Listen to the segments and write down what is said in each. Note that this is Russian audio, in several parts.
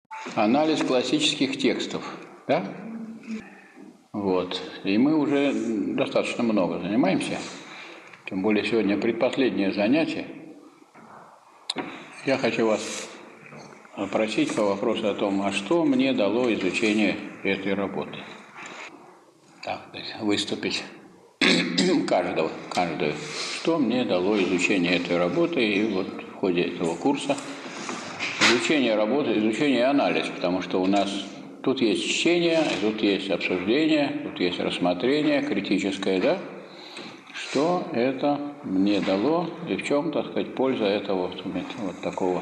Анализ классических текстов, да? Вот. И мы уже достаточно много занимаемся. Тем более сегодня предпоследнее занятие. Я хочу вас спросить по вопросу о том, а что мне дало изучение этой работы. Так, выступить каждую. Что мне дало изучение этой работы, и вот в ходе этого курса изучение работы, изучение и анализ, потому что у нас тут есть чтение, тут есть обсуждение, тут есть рассмотрение критическое, да? Что это мне дало и в чем, так сказать, польза этого вот такого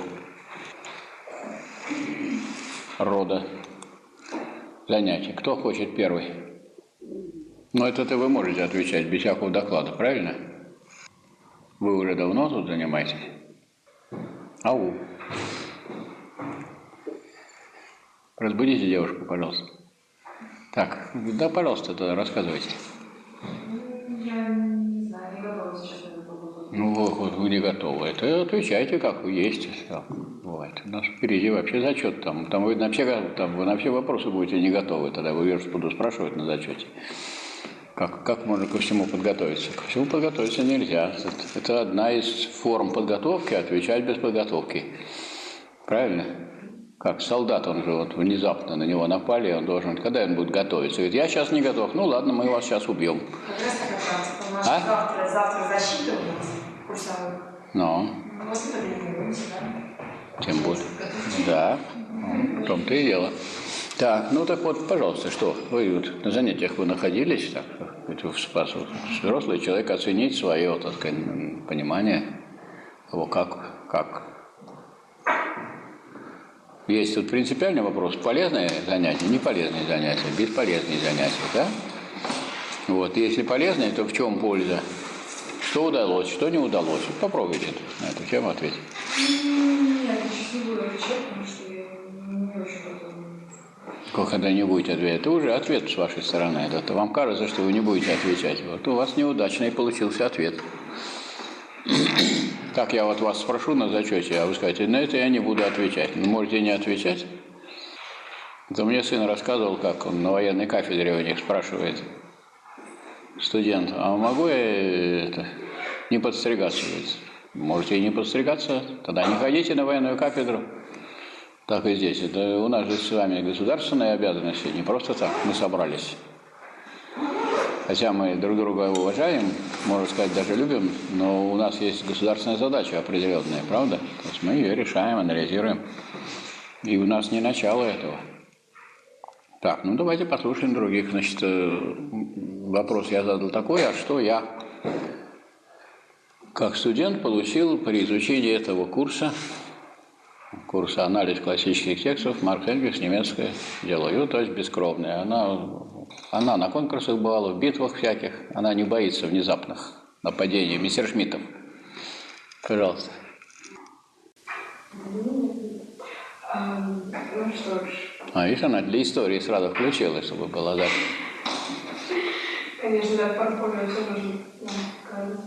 рода занятий. Кто хочет первый? Ну, это вы можете отвечать без всякого доклада, правильно? Вы уже давно тут занимаетесь? Ау. Разбудите девушку, пожалуйста. Так, да, пожалуйста, тогда рассказывайте. Я не знаю, не готова сейчас к этому. Ну, вот вы не готовы. Это отвечайте, как вы есть. Бывает. У нас впереди вообще зачет. Там вы на все вопросы будете не готовы. Тогда вы буду спрашивать на зачете. Как можно ко всему подготовиться? Ко всему подготовиться нельзя. Это одна из форм подготовки, отвечать без подготовки. Правильно? Как солдат, он же вот внезапно на него напали, он должен, когда он будет готовиться? Говорит, я сейчас не готов. Ну ладно, мы вас сейчас убьем. Как раз, завтра защита у нас курсовая. Ну. Вот это тренируемся, да? Тем более. Да, в том-то и дело. Так, ну так вот, пожалуйста, что? Вы вот на занятиях вы находились, так, взрослый человек оценить свое, так сказать, понимание того, как. Есть тут принципиальный вопрос, полезные занятия, неполезные занятия, бесполезные занятия, да? Вот, если полезные, то в чем польза? Что удалось, что не удалось? Попробуйте на эту тему ответить. Нет, я сейчас не буду отвечать, потому что я не очень готова. Когда не будете отвечать, это уже ответ с вашей стороны. Это вам кажется, что вы не будете отвечать. Вот у вас неудачный получился ответ. Так я вот вас спрошу на зачете, а вы скажете, на это я не буду отвечать. Ну, можете не отвечать. Это мне сын рассказывал, как он на военной кафедре у них спрашивает студент, а могу я не подстригаться? Можете и не подстригаться, тогда не ходите на военную кафедру. Так и здесь. Это у нас же с вами государственные обязанности, не просто так мы собрались. Хотя мы друг друга уважаем, можно сказать, даже любим, но у нас есть государственная задача определенная, правда? То есть мы ее решаем, анализируем. И у нас не начало этого. Так, ну давайте послушаем других. Значит, вопрос я задал такой, а что я, как студент, получил при изучении этого курса «Анализ классических текстов», Маркс Энгельс, немецкое дело. Ее, то есть, бескровная. Она на конкурсах бывала, в битвах всяких. Она не боится внезапных нападений мессершмиттов. Пожалуйста. Ну что ж. Видишь, она для истории сразу включилась, чтобы было, да? Конечно, да, в портфолио все нужно сказать.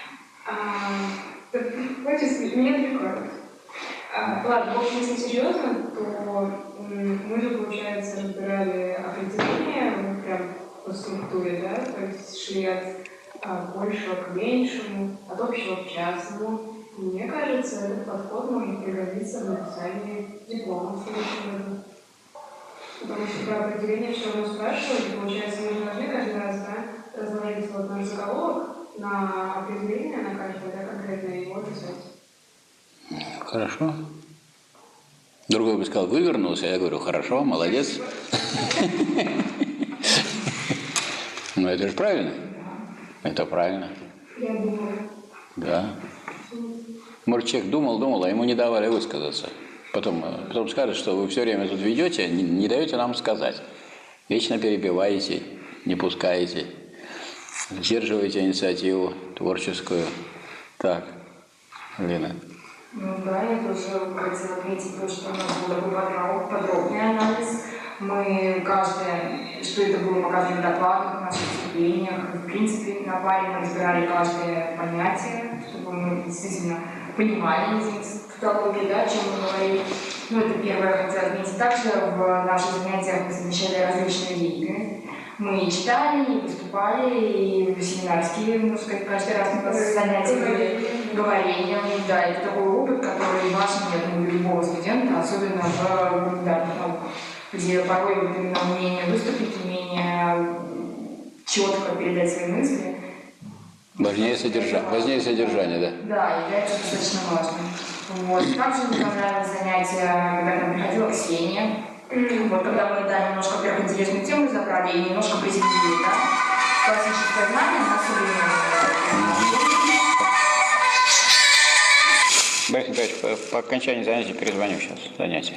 Давайте меня отвлекают. Ладно, в общем, если серьезно, то мы же, получается, разбирали определение прям по структуре, да, то есть шли от большего к меньшему, от общего к частному. Мне кажется, этот подход может пригодиться в написании диплома в следующем году. Потому что про определение все равно спрашивают, и получается, мы должны каждый раз, да, разложить вот наш заголовок на определение, на каждое, да, конкретно его писать. Хорошо. Другой бы сказал, вывернулся, я говорю, хорошо, молодец. Ну это же правильно. Это правильно. Я думаю. Да. Может, человек думал, а ему не давали высказаться. Потом скажет, что вы все время тут ведете, не даете нам сказать. Вечно перебиваете, не пускаете, сдерживаете инициативу творческую. Так, Лена. Ну да, я тоже хотела отметить, что у нас был такой подробный анализ. Мы что это было по каждым докладам, в наших выступлениях. В принципе, на паре мы разбирали каждое понятие, чтобы мы действительно понимали из тавтологии, да, о чем мы говорим. Ну, это первое, я хотела отметить. Также в наших занятиях мы совмещали различные виды. Мы и читали, и выступали, и в семинарские, можно сказать, каждый раз на занятия были говорением. Да, это такой опыт, который важен, я думаю, для любого студента, особенно в гуманитарных науках, где порой вот именно умение выступить, умение четко передать свои мысли. Важнее содержание, да? Да, является достаточно важным. Вот. Также мне понравилось занятие, когда к нам приходила Ксения. Вот когда мы, да, немножко первую интересную тему забрали и немножко приземлили, да, классическое знание на современное. Борис Николаевич, по окончании занятия перезвоню сейчас. Занятие.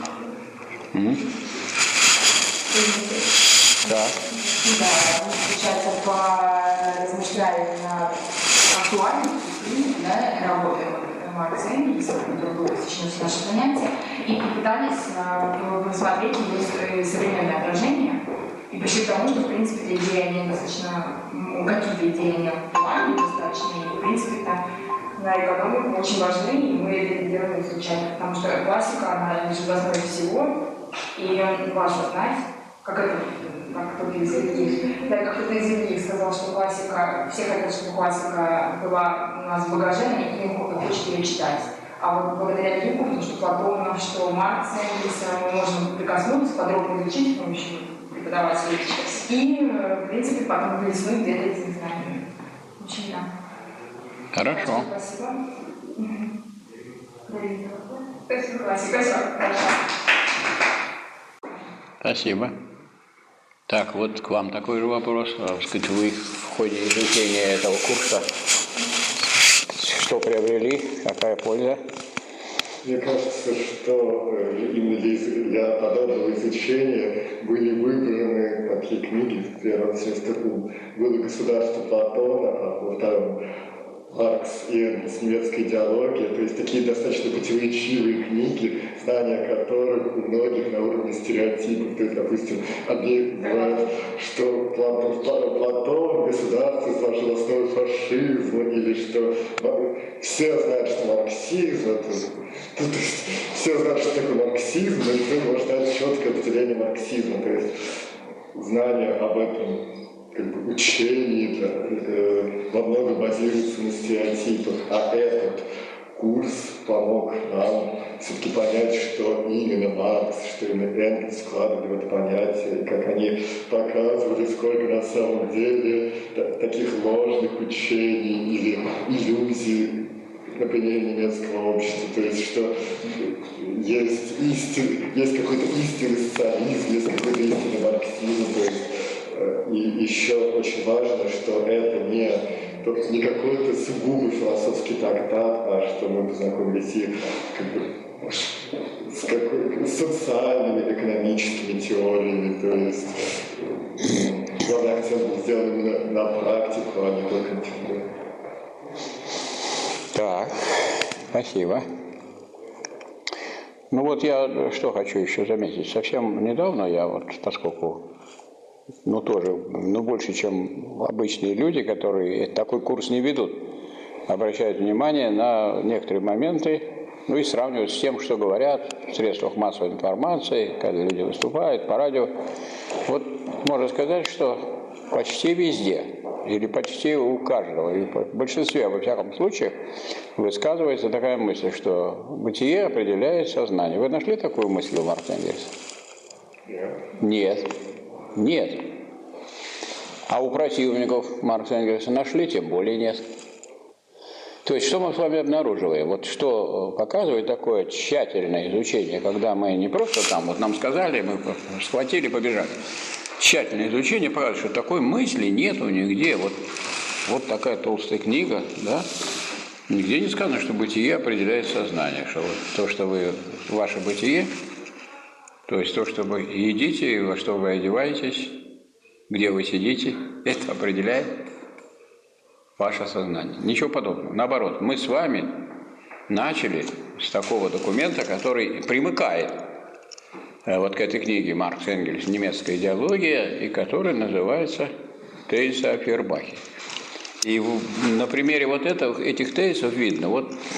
Да. Да, мы, получается, поразмышляли над актуальностью, да, работы Маркса Энгельса, который был посвящен наше занятие, и попытались посмотреть его современное отражение, и пришли к тому, что, в принципе, идеи, они достаточно, какие-то идеи, они актуальны достаточно, и, в принципе, на экономику очень важны, и мы это делаем случайно, потому что классика, она лежит в основе всего, и важно знать, как это, как кто-то из великих, да, как кто-то из великих сказал, что классика, все хотят, чтобы классика была у нас в багаже, но никто не хочет ее читать. А вот благодаря Югу, потому что Платона, что Маркса, Энгельса, мы можем прикоснуться, подробно изучить с помощью преподавателей. И, в принципе, потом блеснуть где-то эти знания. Очень да. Хорошо. Спасибо. Спасибо. Спасибо. Так, вот к вам такой же вопрос. Сказать, вы в ходе изучения этого курса что приобрели? Какая польза? Мне кажется, что именно для подобного изучения были выбраны такие книги. В первом семестре было «Государство Платона», а во втором Маркс и Энгельс, немецкая идеология, то есть такие достаточно противоречивые книги, знания которых у многих на уровне стереотипов. То есть, допустим, одни говорят, что Платон, государство сложило основу фашизма, или что все знают, что марксизм, то есть все знают, что такое марксизм, но никто не может дать четкое определение марксизма. То есть знание об этом учение во многом базируется на стереотипах, а этот курс помог нам все-таки понять, что именно Маркс, что именно Энгельс вкладывали в это понятие, и как они показывали, сколько на самом деле таких ложных учений или иллюзий на примере немецкого общества, то есть что есть какой-то истинный социализм, есть какой-то истинный марксизм, то есть и еще очень важно, что это не какой-то сугубый философский трактат, а что мы познакомились и с социальными, экономическими теориями, то есть главный акцент был сделан именно на практику, а не только на теорию. Так, спасибо. Ну вот я что хочу еще заметить. Совсем недавно я вот, поскольку больше, чем обычные люди, которые такой курс не ведут, обращают внимание на некоторые моменты, и сравнивают с тем, что говорят в средствах массовой информации, когда люди выступают по радио. Вот можно сказать, что почти везде, или почти у каждого, или в большинстве, во всяком случае, высказывается такая мысль, что бытие определяет сознание. Вы нашли такую мысль у Маркса Энгельса? Нет. Нет. А у противников Маркса Энгельса нашли, тем более нет. То есть, что мы с вами обнаруживаем? Вот что показывает такое тщательное изучение, когда мы не просто там, вот нам сказали, мы схватили, побежали. Тщательное изучение показывает, что такой мысли нету нигде. Вот такая толстая книга, да? Нигде не сказано, что бытие определяет сознание, что вот то, что ваше бытие, то есть то, что вы едите, во что вы одеваетесь, где вы сидите, это определяет ваше сознание. Ничего подобного. Наоборот, мы с вами начали с такого документа, который примыкает вот к этой книге Маркс Энгельс «Немецкая идеология», и который называется «Тезисы о Фейербахе». И на примере вот этих тезисов видно, вот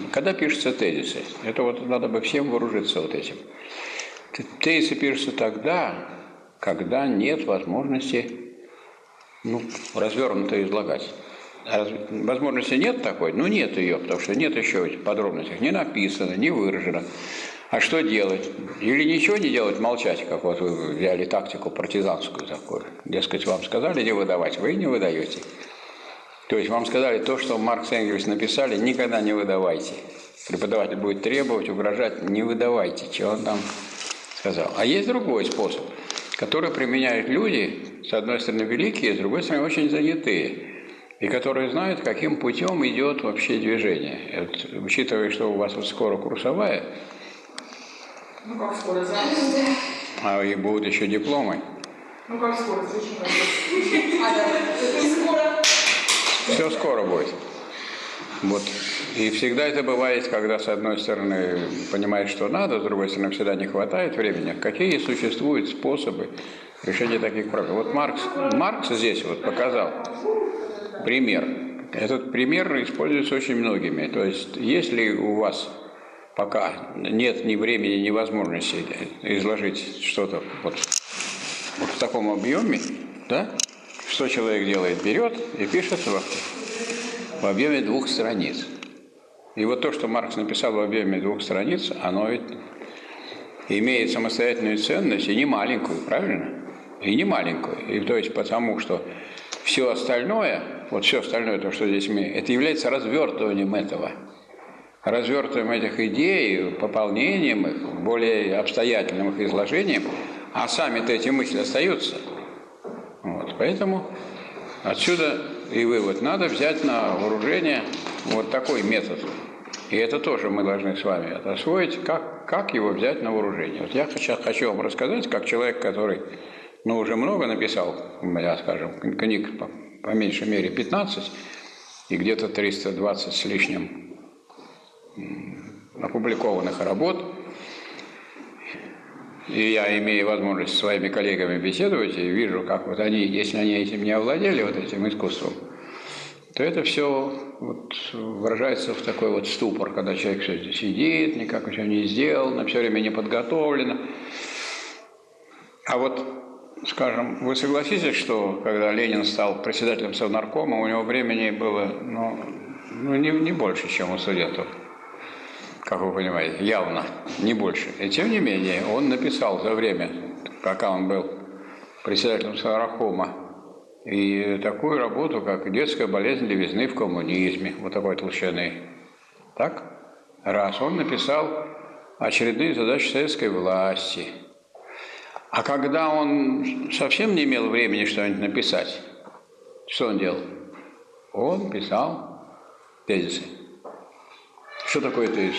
когда пишутся тезисы, это вот надо бы всем вооружиться вот этим. Тезисы пишутся тогда, когда нет возможности развернуто излагать. Возможности нет такой? Нет ее, потому что нет еще этих подробностей. Не написано, не выражено. А что делать? Или ничего не делать, молчать, как вот вы взяли тактику партизанскую такую. Дескать, вам сказали не выдавать, вы не выдаете. То есть вам сказали то, что Маркс и Энгельс написали, никогда не выдавайте. Преподаватель будет требовать, угрожать, не выдавайте, чего он там сказал. А есть другой способ, который применяют люди, с одной стороны великие, с другой стороны очень занятые, и которые знают, каким путем идет вообще движение. И вот, учитывая, что у вас вот скоро курсовая, Как скоро, и будут еще дипломы. Как скоро, очень не скоро. Все скоро будет. Вот. И всегда это бывает, когда с одной стороны понимаешь, что надо, с другой стороны всегда не хватает времени. Какие существуют способы решения таких проблем? Вот Маркс здесь вот показал пример. Этот пример используется очень многими. То есть, если у вас пока нет ни времени, ни возможности изложить что-то вот в таком объеме, да, что человек делает? Берет и пишет в объеме 2 страниц. И вот то, что Маркс написал в объеме 2 страниц, оно ведь имеет самостоятельную ценность, и не маленькую, правильно? И не маленькую. И то есть потому, что все остальное, то, что здесь имеет, это является развертыванием этого. Развертыванием этих идей, пополнением их, более обстоятельным их изложением, а сами-то эти мысли остаются. Вот. Поэтому отсюда и вывод. Надо взять на вооружение вот такой метод. И это тоже мы должны с вами освоить, как его взять на вооружение. Вот я сейчас хочу вам рассказать, как человек, который уже много написал, скажем, книг по меньшей мере 15, и где-то 320 с лишним опубликованных работ. И я имею возможность с своими коллегами беседовать, и вижу, как вот они, если они этим не овладели, вот этим искусством, то это все выражается в такой ступор, когда человек все сидит, никак ничего не сделано, все время не подготовлено. А вот, скажем, вы согласитесь, что когда Ленин стал председателем Совнаркома, у него времени было не больше, чем у студентов. Как вы понимаете, явно не больше. И тем не менее, он написал за время, пока он был председателем Совнаркома, и такую работу, как «Детская болезнь левизны в коммунизме», вот такой толщины. Так? Раз. Он написал очередные задачи советской власти. А когда он совсем не имел времени что-нибудь написать, что он делал? Он писал тезисы. Что такое тезис?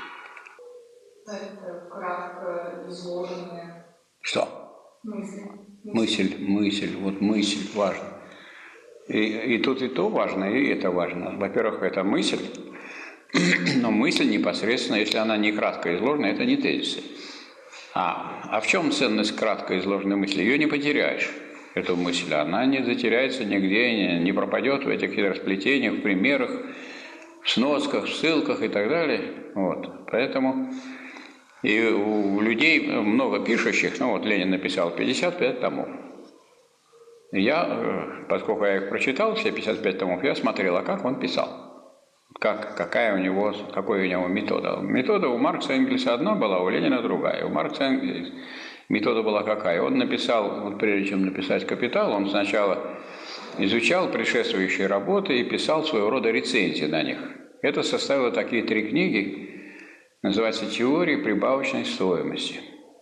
Это кратко изложенные. Что? Мысль. Вот мысль важна. И тут и то важно, и это важно. Во-первых, это мысль, но мысль непосредственно, если она не кратко изложена, это не тезисы. А в чем ценность кратко изложенной мысли? Ее не потеряешь, эту мысль. Она не затеряется нигде, не пропадет в этих хитросплетениях, в примерах, в сносках, в ссылках и так далее. Вот. Поэтому и у людей много пишущих, Ленин написал 55 томов. Поскольку я их прочитал, все 55 томов, я смотрел, как он писал. Какой у него метода. Метода у Маркса и Энгельса одна была, у Ленина другая. У Маркса и Энгельса метода была какая? Он написал, прежде чем написать «Капитал», он сначала изучал предшествующие работы и писал своего рода рецензии на них. Это составило такие 3 книги, называется «Теория прибавочной стоимости».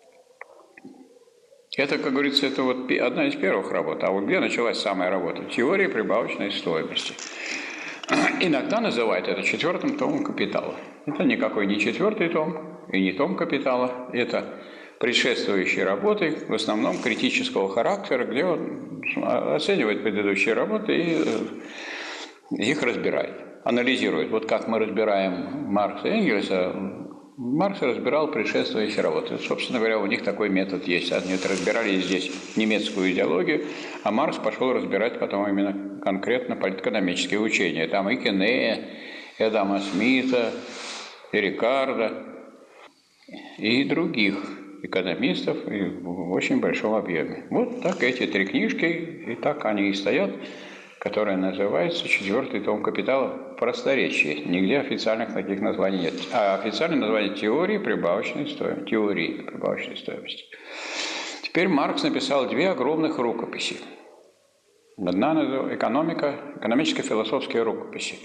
Это, как говорится, это одна из первых работ. А вот где началась самая работа? Теория прибавочной стоимости. Иногда называют это 4-м томом «Капитала». Это никакой не 4-й том и не том «Капитала». Это предшествующие работы, в основном критического характера, где он оценивает предыдущие работы и их разбирает, анализирует. Вот как мы разбираем Маркса и Энгельса, Маркс разбирал предшествующие работы. Собственно говоря, у них такой метод есть. Они разбирали здесь немецкую идеологию, а Маркс пошел разбирать потом именно конкретно политэкономические учения. Там и Кеннея, и Адама Смита, и Рикардо, и других экономистов и в очень большом объеме. Вот так эти 3 книжки, и так они и стоят, которые называются «Четвертый том Капитала» в просторечии. Нигде официальных таких названий нет. А официальное название «Теории прибавочной стоимости». Теории прибавочной стоимости. Теперь Маркс написал 2 огромных рукописи. Одна экономические философские рукописи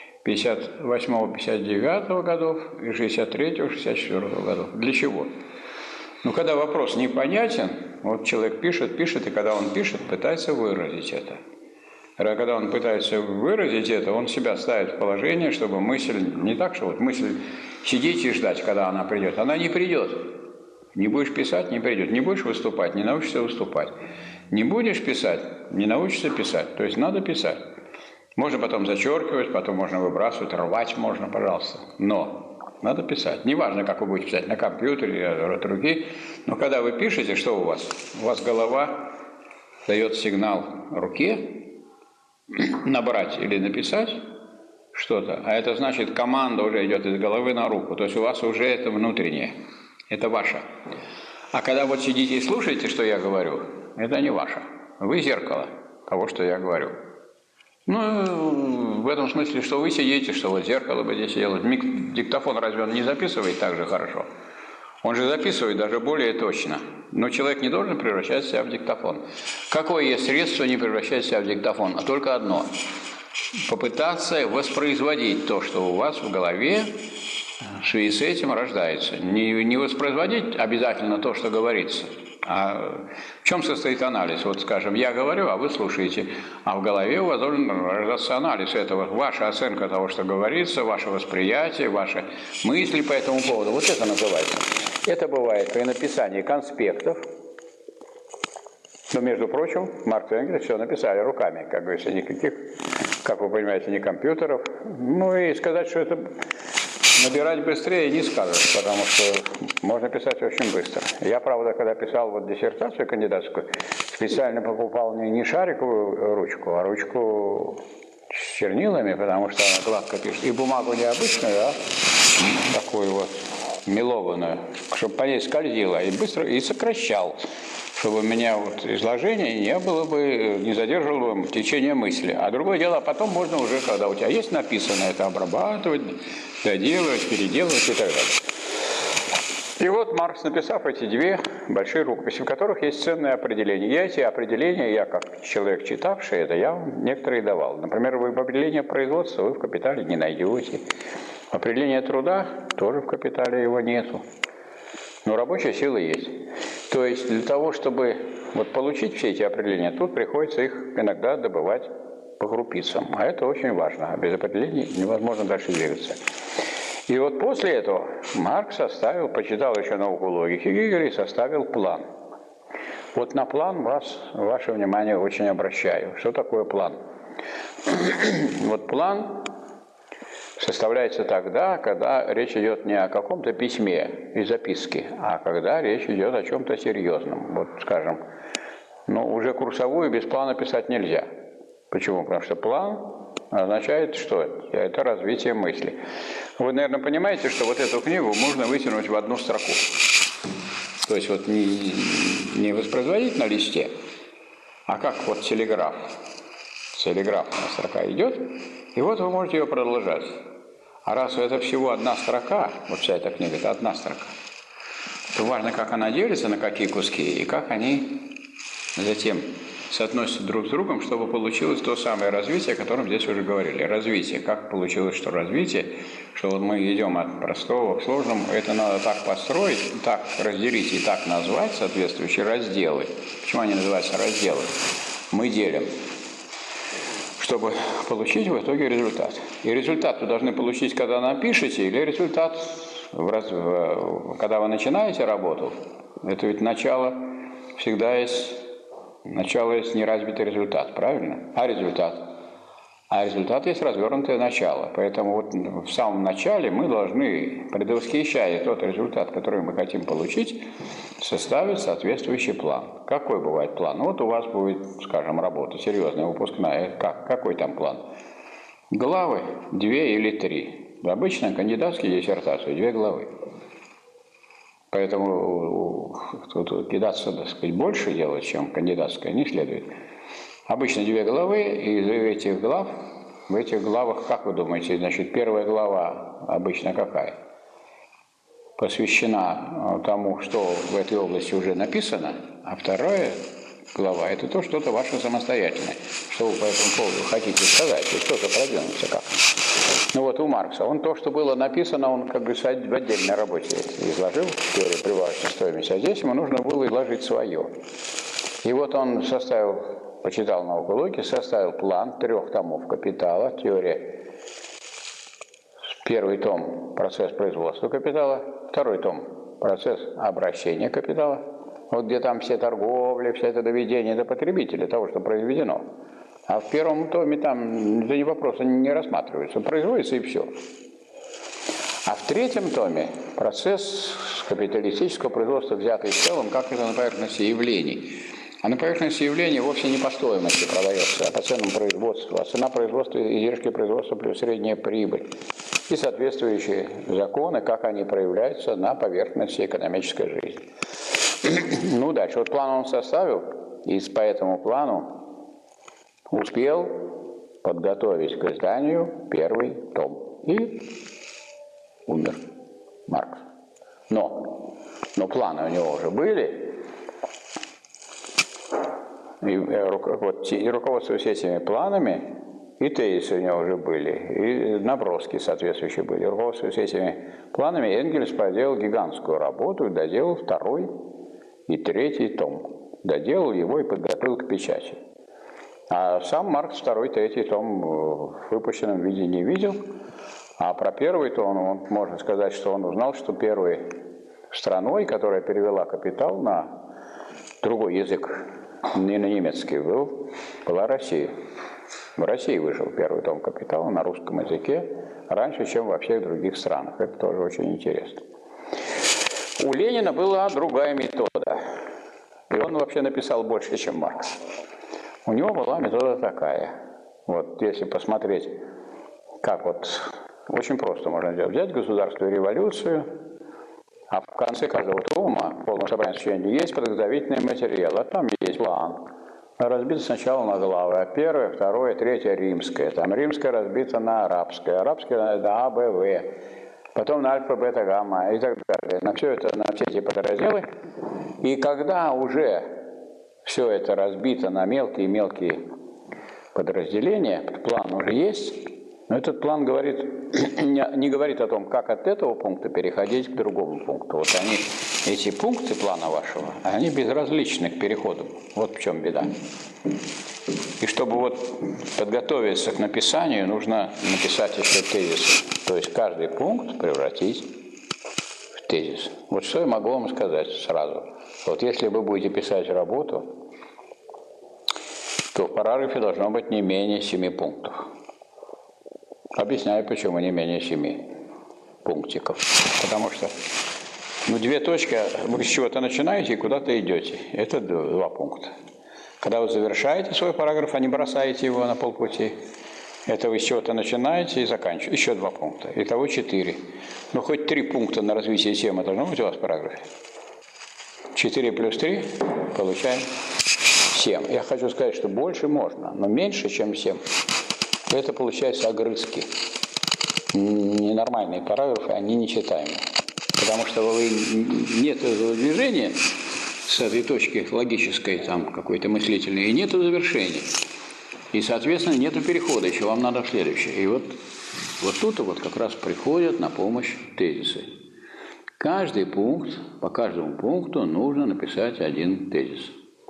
58-59 годов и 63-64 годов. Для чего? Ну, когда вопрос непонятен, вот человек пишет, и когда он пишет, пытается выразить это. Когда он пытается выразить это, он себя ставит в положение, чтобы мысль, не так, что вот мысль сидеть и ждать, когда она придет. Она не придет. Не будешь писать, не придет. Не будешь выступать, не научишься выступать. Не будешь писать, не научишься писать. То есть надо писать. Можно потом зачеркивать, потом можно выбрасывать, рвать можно, пожалуйста. Но надо писать. Неважно, как вы будете писать, на компьютере, от руки. Но когда вы пишете, что у вас? У вас голова дает сигнал руке набрать или написать что-то. А это значит, команда уже идет из головы на руку. То есть у вас уже это внутреннее. Это ваше. А когда вот сидите и слушаете, что я говорю, это не ваше. Вы зеркало того, что я говорю. Ну, в этом смысле, что вы сидите, что вот зеркало бы здесь сидело. Диктофон разве он не записывает так же хорошо? Он же записывает даже более точно. Но человек не должен превращать себя в диктофон. Какое есть средство не превращать себя в диктофон? А только одно. Попытаться воспроизводить то, что у вас в голове в связи с этим рождается. Не воспроизводить обязательно то, что говорится. А в чем состоит анализ? Вот, скажем, я говорю, а вы слушаете. А в голове у вас должен рождаться анализ этого. Ваша оценка того, что говорится, ваше восприятие, ваши мысли по этому поводу. Вот это называется. Это бывает при написании конспектов. Но, между прочим, Маркс и Энгельс все написали руками. Как говорится, никаких, как вы понимаете, ни компьютеров. Ну и сказать, что это... Набирать быстрее не скажешь, потому что можно писать очень быстро. Я, правда, когда писал вот диссертацию кандидатскую, специально покупал не шариковую ручку, а ручку с чернилами, потому что она гладко пишет. И бумагу не обычную, а такую вот мелованную, чтобы по ней скользило, и быстро, и сокращал, чтобы у меня вот изложение не было бы, не задерживало бы течение мысли. А другое дело, потом можно уже, когда у тебя есть написано, это обрабатывать, доделывать, переделывать и так далее. И вот Маркс, написав эти 2 большие рукописи, в которых есть ценные определения. И эти определения, я как человек, читавший это, я вам некоторые давал. Например, вы определение производства вы в «Капитале» не найдете. Определение труда тоже в «Капитале» его нету. Но рабочая сила есть. То есть для того, чтобы вот получить все эти определения, тут приходится их иногда добывать по группицам. А это очень важно. А без определений невозможно дальше двигаться. И вот после этого Маркс составил, почитал еще науку логики Гегеля и составил план. Вот на план ваше внимание очень обращаю. Что такое план? Вот план составляется тогда, когда речь идет не о каком-то письме и записке, а когда речь идет о чем-то серьезном. Вот, скажем, уже курсовую без плана писать нельзя. Почему? Потому что план означает что? Это развитие мысли. Вы, наверное, понимаете, что вот эту книгу можно вытянуть в одну строку. То есть вот не воспроизводить на листе, а как вот телеграф. Телеграфная строка идет, и вот вы можете ее продолжать. А раз это всего одна строка, вот вся эта книга, это одна строка, то важно, как она делится, на какие куски, и как они затем соотносятся друг с другом, чтобы получилось то самое развитие, о котором здесь уже говорили. Развитие. Как получилось, что развитие, что вот мы идем от простого к сложному, это надо так построить, так разделить и так назвать соответствующие разделы. Почему они называются разделы? Мы делим, чтобы получить в итоге результат. И результат вы должны получить, когда напишете, или результат, когда вы начинаете работу. Это ведь начало всегда есть неразвитый результат, правильно? А результат есть развернутое начало. Поэтому вот в самом начале мы должны, предвосхищая тот результат, который мы хотим получить, составить соответствующий план. Какой бывает план? Вот у вас будет, скажем, работа серьезная, выпускная. Какой там план? Главы 2 или 3. Обычно кандидатские диссертации 2 главы. Поэтому тут кидаться, так сказать, больше делать, чем кандидатская, не следует. Обычно 2 главы, и в этих главах, как вы думаете, значит, первая глава обычно какая? Посвящена тому, что в этой области уже написано, а вторая глава – это то, что-то ваше самостоятельное, что вы по этому поводу хотите сказать, и что-то продвинуться как. Ну вот у Маркса, он то, что было написано, он как бы в отдельной работе изложил, теорию прибавочной стоимости, а здесь ему нужно было изложить свое. И вот он почитал науку логики, составил план 3 томов «Капитала», теория, 1 том «Процесс производства капитала», 2 том «Процесс обращения капитала», вот где там все торговли, все это доведение до потребителя, того, что произведено. А в 1 томе там это вопросы не рассматриваются, производится и все. А в 3 томе процесс капиталистического производства, взятый в целом, как это на поверхности явлений. А на поверхности явлений вовсе не по стоимости продается, а по ценам производства. А цена производства, издержки производства плюс средняя прибыль. И соответствующие законы, как они проявляются на поверхности экономической жизни. Ну, дальше. Вот план он составил, и по этому плану успел подготовить к изданию 1 том. И умер Маркс. Но планы у него уже были. И руководствуясь этими планами, и тезисы у него уже были, и наброски соответствующие были. Руководствуясь этими планами, Энгельс проделал гигантскую работу и доделал 2 и 3 том. Доделал его и подготовил к печати. А сам Маркс 2 и 3 том в выпущенном виде не видел. А про 1 том можно сказать, что он узнал, что первой страной, которая перевела «Капитал» на другой язык, не на немецкий, была Россия. В России вышел 1 том «Капитала» на русском языке раньше, чем во всех других странах. Это тоже очень интересно. У Ленина была другая метода. И он вообще написал больше, чем Маркс. У него была метода такая. Вот если посмотреть, как очень просто можно сделать. Взять «Государство и революцию», а в конце каждого тома, в полном собрании сочинений, есть подготовительный материал, а там есть план. Разбито сначала на главы, 1, 2, 3 римское. Там римское разбито на арабское, арабское на А, Б, В. Потом на альфа, бета, гамма и так далее. На все эти подразделы. И когда уже все это разбито на мелкие подразделения, план уже есть, но этот план не говорит о том, как от этого пункта переходить к другому пункту. Вот эти пункты плана вашего, они безразличны к переходу. Вот в чем беда. И чтобы подготовиться к написанию, нужно написать еще тезис. То есть каждый пункт превратить в тезис. Вот что я могу вам сказать сразу. Вот если вы будете писать работу, то в параграфе должно быть не менее 7 пунктов. Объясняю, почему не менее 7 пунктиков. Потому что 2 точки, вы с чего-то начинаете и куда-то идете. Это 2 пункта. Когда вы завершаете свой параграф, а не бросаете его на полпути, это вы с чего-то начинаете и заканчиваете. Еще 2 пункта. Итого 4. Ну, хоть 3 пункта на развитие темы должно быть у вас в параграфе. 4 плюс 3 получаем 7. Я хочу сказать, что больше можно, но меньше, чем 7. Это получается огрызки. Ненормальные параграфы, они нечитаемы. Потому что нет движения с этой точки логической, там какой-то мыслительной, и нет завершения. И, соответственно, нет перехода, еще вам надо в следующее. И вот тут как раз приходят на помощь тезисы. Каждый пункт, по каждому пункту нужно написать 1 тезис.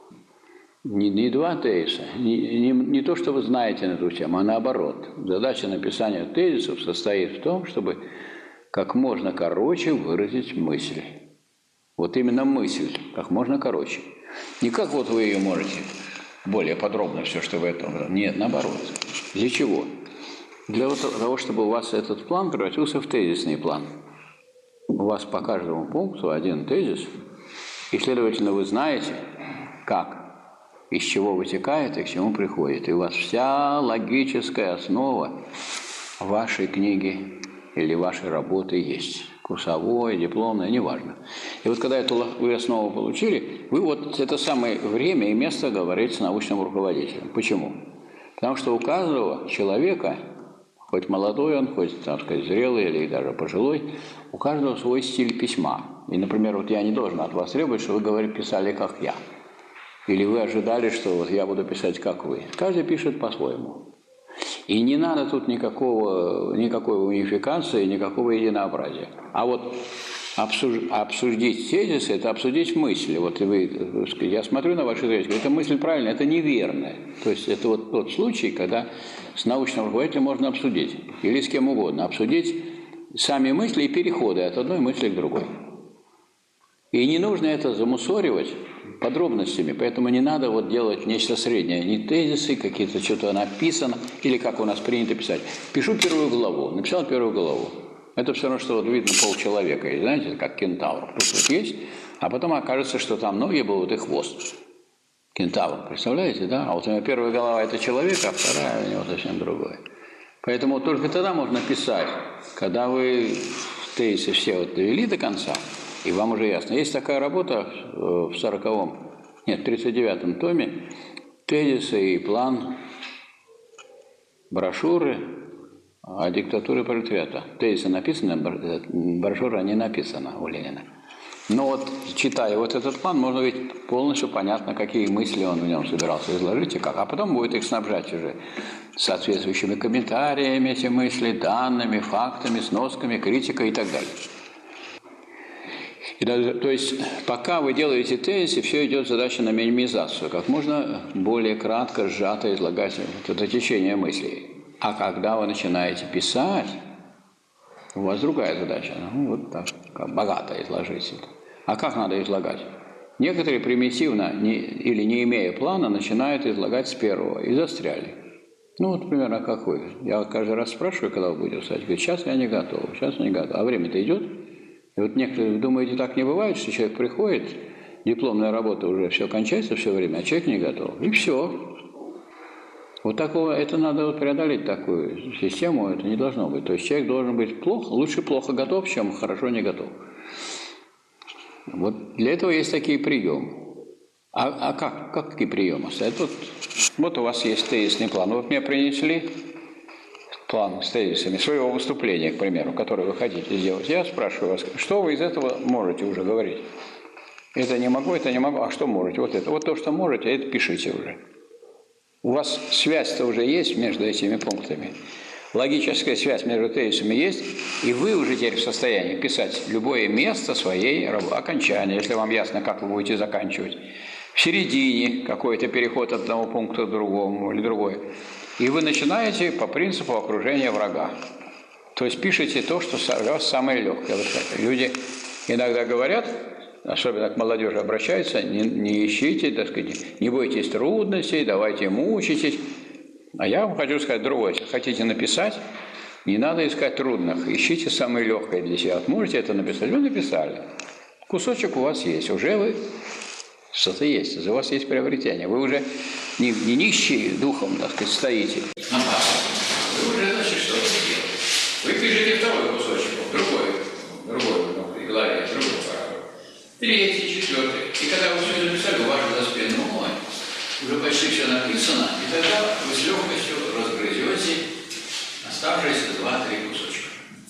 Не 2 тезиса, не то, что вы знаете на эту тему, а наоборот. Задача написания тезисов состоит в том, чтобы как можно короче выразить мысль. Вот именно мысль, как можно короче. Не как вы ее можете более подробно все, что в этом. Нет, наоборот. Для чего? Для того, чтобы у вас этот план превратился в тезисный план. У вас по каждому пункту 1 тезис, и, следовательно, вы знаете, как, из чего вытекает и к чему приходит. И у вас вся логическая основа вашей книги или вашей работы есть. Курсовой, дипломной, неважно. И вот когда вы основу получили, вы вот это самое время и место говорите с научным руководителем. Почему? Потому что у каждого человека, хоть молодой он, хоть, так сказать, зрелый или даже пожилой, у каждого свой стиль письма. И, например, вот я не должен от вас требовать, что вы писали, как я. Или вы ожидали, что вот я буду писать, как вы. Каждый пишет по-своему. И не надо тут никакой унификации, никакого единообразия. А вот обсудить тезисы – это обсудить мысли. Вот я смотрю на ваши тезисы, эта мысль правильная, это неверная. То есть это вот тот случай, когда с научным руководителем можно обсудить, или с кем угодно, обсудить сами мысли и переходы от одной мысли к другой. И не нужно это замусоривать подробностями, поэтому не надо вот делать нечто среднее, не тезисы, какие-то что-то написано, или как у нас принято писать. Пишу первую главу, написал первую главу. Это все равно, что вот видно полчеловека, знаете, как кентавр. Тут вот есть, а потом окажется, что там ноги будут и хвост. Кентавр, представляете, да? А вот у него первая голова – это человек, а вторая у него совсем другая. Поэтому только тогда можно писать, когда вы тезисы все вот довели до конца, и вам уже ясно. Есть такая работа в 39-м томе, тезисы и план брошюры о диктатуре пролетариата. Тезисы написаны, брошюра не написана у Ленина. Но вот, читая вот этот план, можно ведь полностью понятно, какие мысли он в нем собирался изложить и как. А потом будет их снабжать уже соответствующими комментариями, эти мысли, данными, фактами, сносками, критикой и так далее. То есть, пока вы делаете тезисы, все идет задача на минимизацию. Как можно более кратко, сжато излагать это течение мыслей. А когда вы начинаете писать, у вас другая задача. Ну, вот так, богато изложить это. А как надо излагать? Некоторые примитивно, или не имея плана, начинают излагать с первого и застряли. Ну, вот примерно как вы. Я каждый раз спрашиваю, когда вы будете писать, говорит, сейчас я не готов, сейчас я не готов. А время-то идет. И вот некоторые думаете, так не бывает, что человек приходит, дипломная работа уже все кончается все время, а человек не готов. И все. Вот такого, это надо вот преодолеть такую систему, это не должно быть. То есть человек должен быть лучше плохо готов, чем хорошо не готов. Вот для этого есть такие приемы. А как такие приемы стоят? Вот у вас есть тезисный план. Вот мне принесли план с тезисами своего выступления, к примеру, которое вы хотите сделать. Я спрашиваю вас, что вы из этого можете уже говорить? Это не могу, а что можете? Вот это. Вот то, что можете, это пишите уже. У вас связь-то уже есть между этими пунктами. Логическая связь между тезисами есть, и вы уже теперь в состоянии писать любое место своей окончания, если вам ясно, как вы будете заканчивать. В середине какой-то переход от одного пункта к другому или другой. И вы начинаете по принципу окружения врага. То есть пишите то, что для вас самое легкое. Люди иногда говорят, особенно к молодежи обращаются, не ищите, так сказать, не бойтесь трудностей, давайте мучитесь. А я вам хочу сказать другое. Если хотите написать, не надо искать трудных. Ищите самое легкое для себя. Вот можете это написать? Вы написали. Кусочек у вас есть. Уже вы что-то есть. У вас есть приобретение. Вы уже не нищие духом, так сказать, стоите. Вы уже, значит, что-то делаете. Вы пишете второй кусочек, другой главе, другой параграф. Третий, четвертый. И когда вы все написали, у вас за спиной уже почти все написано, и тогда вы с легкостью разгрызете оставшиеся 2-3 кусочка.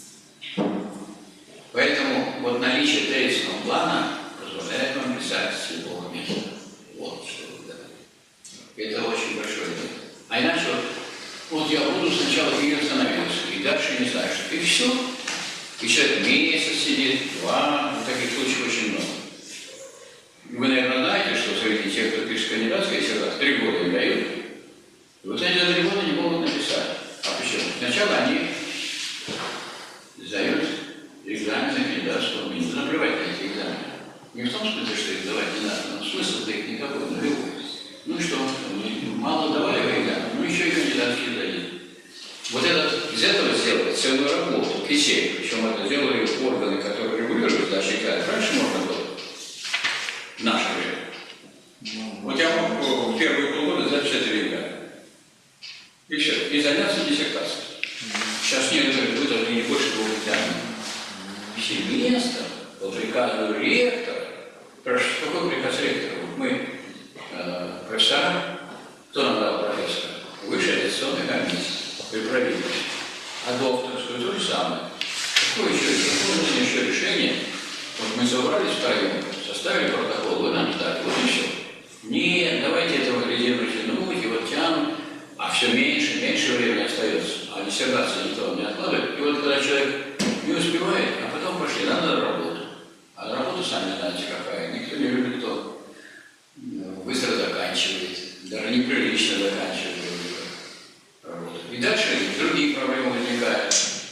Поэтому вот наличие тезисного плана позволяет вам писать с любого места. Вот что вы говорите. Это очень большое дело. А иначе вот я буду сначала и остановился, и дальше не знаю, что. И все. И человек месяц сидит, 2, таких случаев очень много. Вы, наверное, знаете, что среди тех, кто пишет кандидатские диссертации, 3 года им дают. И вот они за 3 года не могут написать. А почему? Сначала они сдают экзамен на кандидатскую, не нужно наплевать на эти экзамены. Не в том смысле, что их давать не надо, но смысл-то их никакой, нулевой. Ну что, мало давали экзамен, ну еще и кандидатские дают. Вот из этого сделать целую работу, кисель, причем это делали органы, которые регулируют сдачу экзаменов. Раньше можно было. В наше время. Вот я мог в первые полгода сдать 4 экзамена. И все. И заняться диссертацией. Сейчас некоторые вы должны не больше 2 приказу ректора, какой приказ ректора? Мы, профессора, кто нам дал профессора? Высшая аттестационная комиссия при правительстве. А докторскую то же самое. Какое еще решение? Вот мы собрались втроем, составили протокол, вы нам сдали, вот и все. Нет, давайте этого резерва тянуть, его тянут, а все меньше времени остается. А диссертация никто не откладывает. И вот когда человек не успевает, а потом пошли, надо на работу. А на работу сами знаете какая. Никто не любит, кто быстро заканчивает, даже неприлично заканчивает работу. И дальше другие проблемы возникают.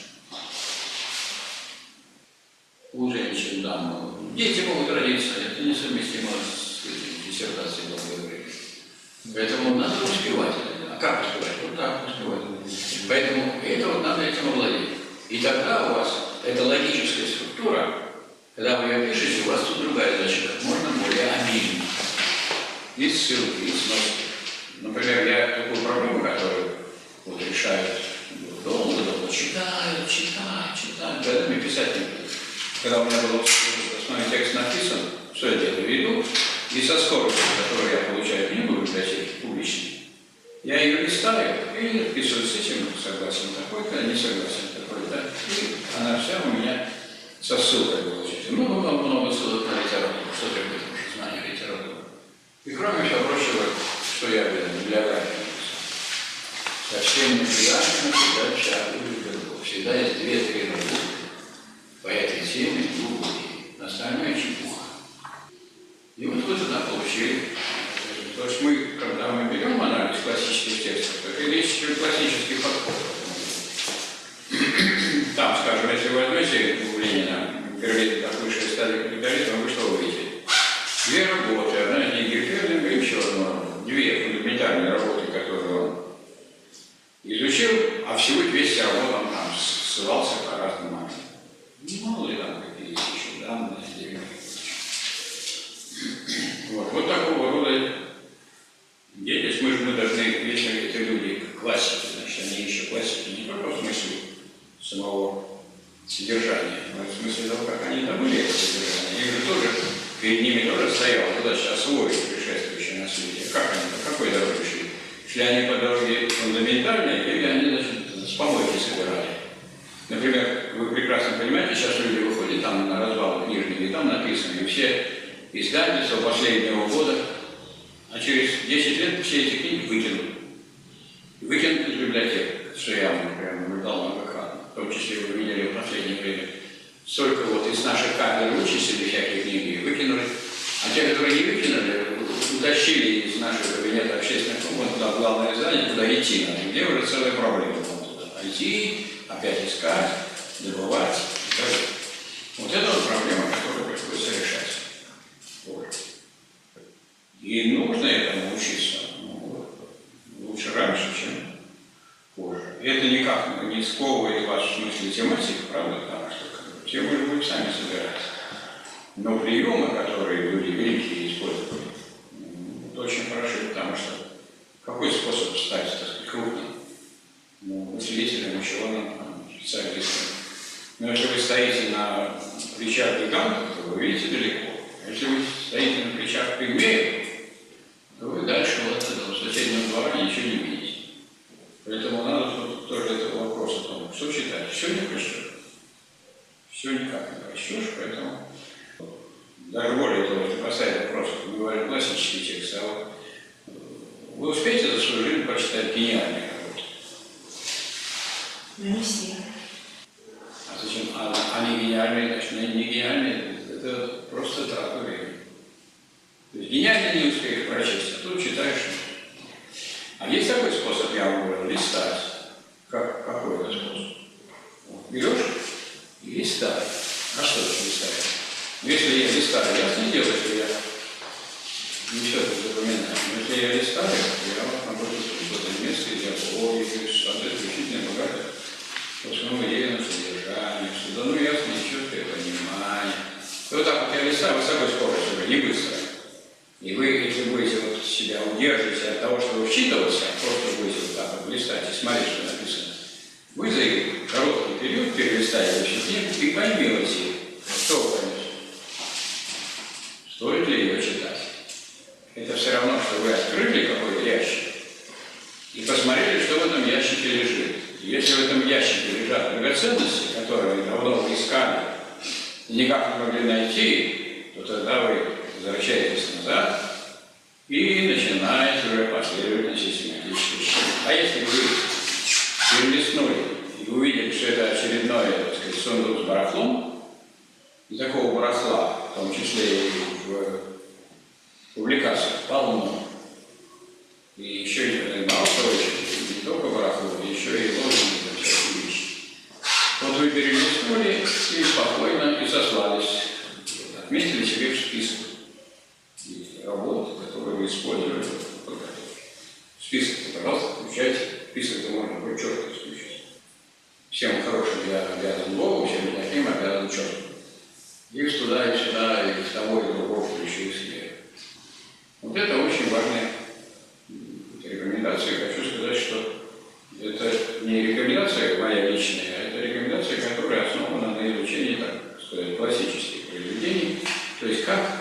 У женщин, дам. Дети могут родиться, это несовместимо с диссертацией долгое время. Поэтому надо успевать. А как успевать? Вот так успевать. Поэтому это вот надо этим овладеть. И тогда у вас эта логическая структура, когда вы ее пишете, у вас тут другая задача, как можно более обильно. И ссылки, и сноски. Например, я такую проблему, которую вот решают долго, читаю, когда мне писать не буду. Когда у меня был основной текст написан, что я делаю? Веду, и со скоростью, которую я получаю книгу в библиотеке публичной, я ее листаю и написываю с этим, согласен такой-то, не согласен такой-то. И она вся у меня со ссылкой получается. Много ссылок на литературу, что требует уже знания литературы. И кроме всего прочего, что я в библиографии написал. Совсем неприятно всегда читаю. Всегда есть 2-3 работы по этой теме глубокие. Остальное чепуха. И вот вы туда получили. То есть мы, когда мы берем анализ классических текстов, то это речь о классических подходах. Там, скажем, если вы возьмете у Ленина Берлин как высшая стадия капитализма, вы что увидите? 2 работы, одна из них Герфердинга, и еще одна, 2 фундаментальные работы, которые он изучил, а всего 200 работ он там ссылался по разным моментам. Мало ли там какие есть еще данные, вот такого рода деятельность мы должны, если это люди классики, значит, они еще классики не только в смысле самого содержания, но и в смысле того, как они добыли это содержание. Они же тоже, перед ними тоже стояла задача освоить предшествующее наследие. Как они, по какой дороге шли? Шли они по дороге фундаментальной, или они, значит, с помойки собирали? Например, вы прекрасно понимаете, сейчас люди выходят там на развалы книжные, и там написано, и все издательства последнего года, а через 10 лет все эти книги выкинут из библиотек, что я вам прямо наблюдал многократно. В том числе вы видели в последнее время. Столько вот из наших кафедр вычислили всякие книги и выкинули, а те, которые не выкинули, утащили из нашего кабинета общественных комнат туда главное здание, куда идти надо, где уже целая проблема. Туда пойти, опять искать, добывать. Вот это вот проблема, которую приходится решать. Вот. И нужно этому учиться лучше раньше, чем позже. И это никак не сковывает вас в смысле тематики, правда, потому что тему вы будете сами собирать. Но приемы, которые люди великие использовали, очень хороши, потому что какой способ стать, так сказать, крупным? Мыслителем, ученым, специалистом. Но если вы стоите на плечах гигантов, то вы видите далеко. Если вы стоите на плечах пигмеев, то вы дальше вот этого соседнего двора ничего не видите. Поэтому надо тоже этот вопрос о том, что читать. Все не прочтешь. Все никак не прочтешь, поэтому даже более того, если поставить вопрос, мы говорим классический текст, а вот вы успеете за свою жизнь прочитать гениальные работы? Не все. А зачем? Они гениальные, значит, не гениальные, это просто трата времени. То есть гениально не успеешь прочесть, а тут читаешь. А есть такой способ, я вам говорю, листать. Какой это способ? Вот, берешь и листаешь. А что это листаешь? Если я листаю, ясно дело, что я не все это запоминаю. Но если я листаю, я могу что-то место и делать, это исключительно богатое. Основное идейное содержание, что дано ясное и четкое понимание. И вот так вот я листаю высокой скоростью, не быстро. И вы, если будете вот себя удерживать от того, чтобы вчитываться, просто будете вот так вот листать и смотреть, что написано, вы за короткий период перелистаете всю книгу и поймете, что вы поймете. все равно, что вы открыли какой-то ящик и посмотрели, что в этом ящике лежит. Если в этом ящике лежат драгоценности, которые давно вы искали и никак не могли найти, то тогда вы возвращаетесь назад и начинаете уже последовательно систематически считать. А если вы перелистнули и увидели, что это очередное, так сказать, сундук с барахлом, и такого барахла, в том числе и в публикациях, полно. И еще и мало того, не только барахло, еще и лозунги, всякие вещи. Вот вы перелистнули и спокойно и сослались, отметили себе в список работ, которые вы использовали в подготовке. Список, пожалуйста, включайте. Список-то можно хоть черт исключить. Всем хорошим я обязан Богу, всем плохим обязан черту. И туда, и сюда, и в того, и в другого включил себе. Вот это очень важная рекомендация. Хочу сказать, что это не рекомендация моя личная, а это рекомендация, которая основана на изучении, так сказать, классических произведений. То есть как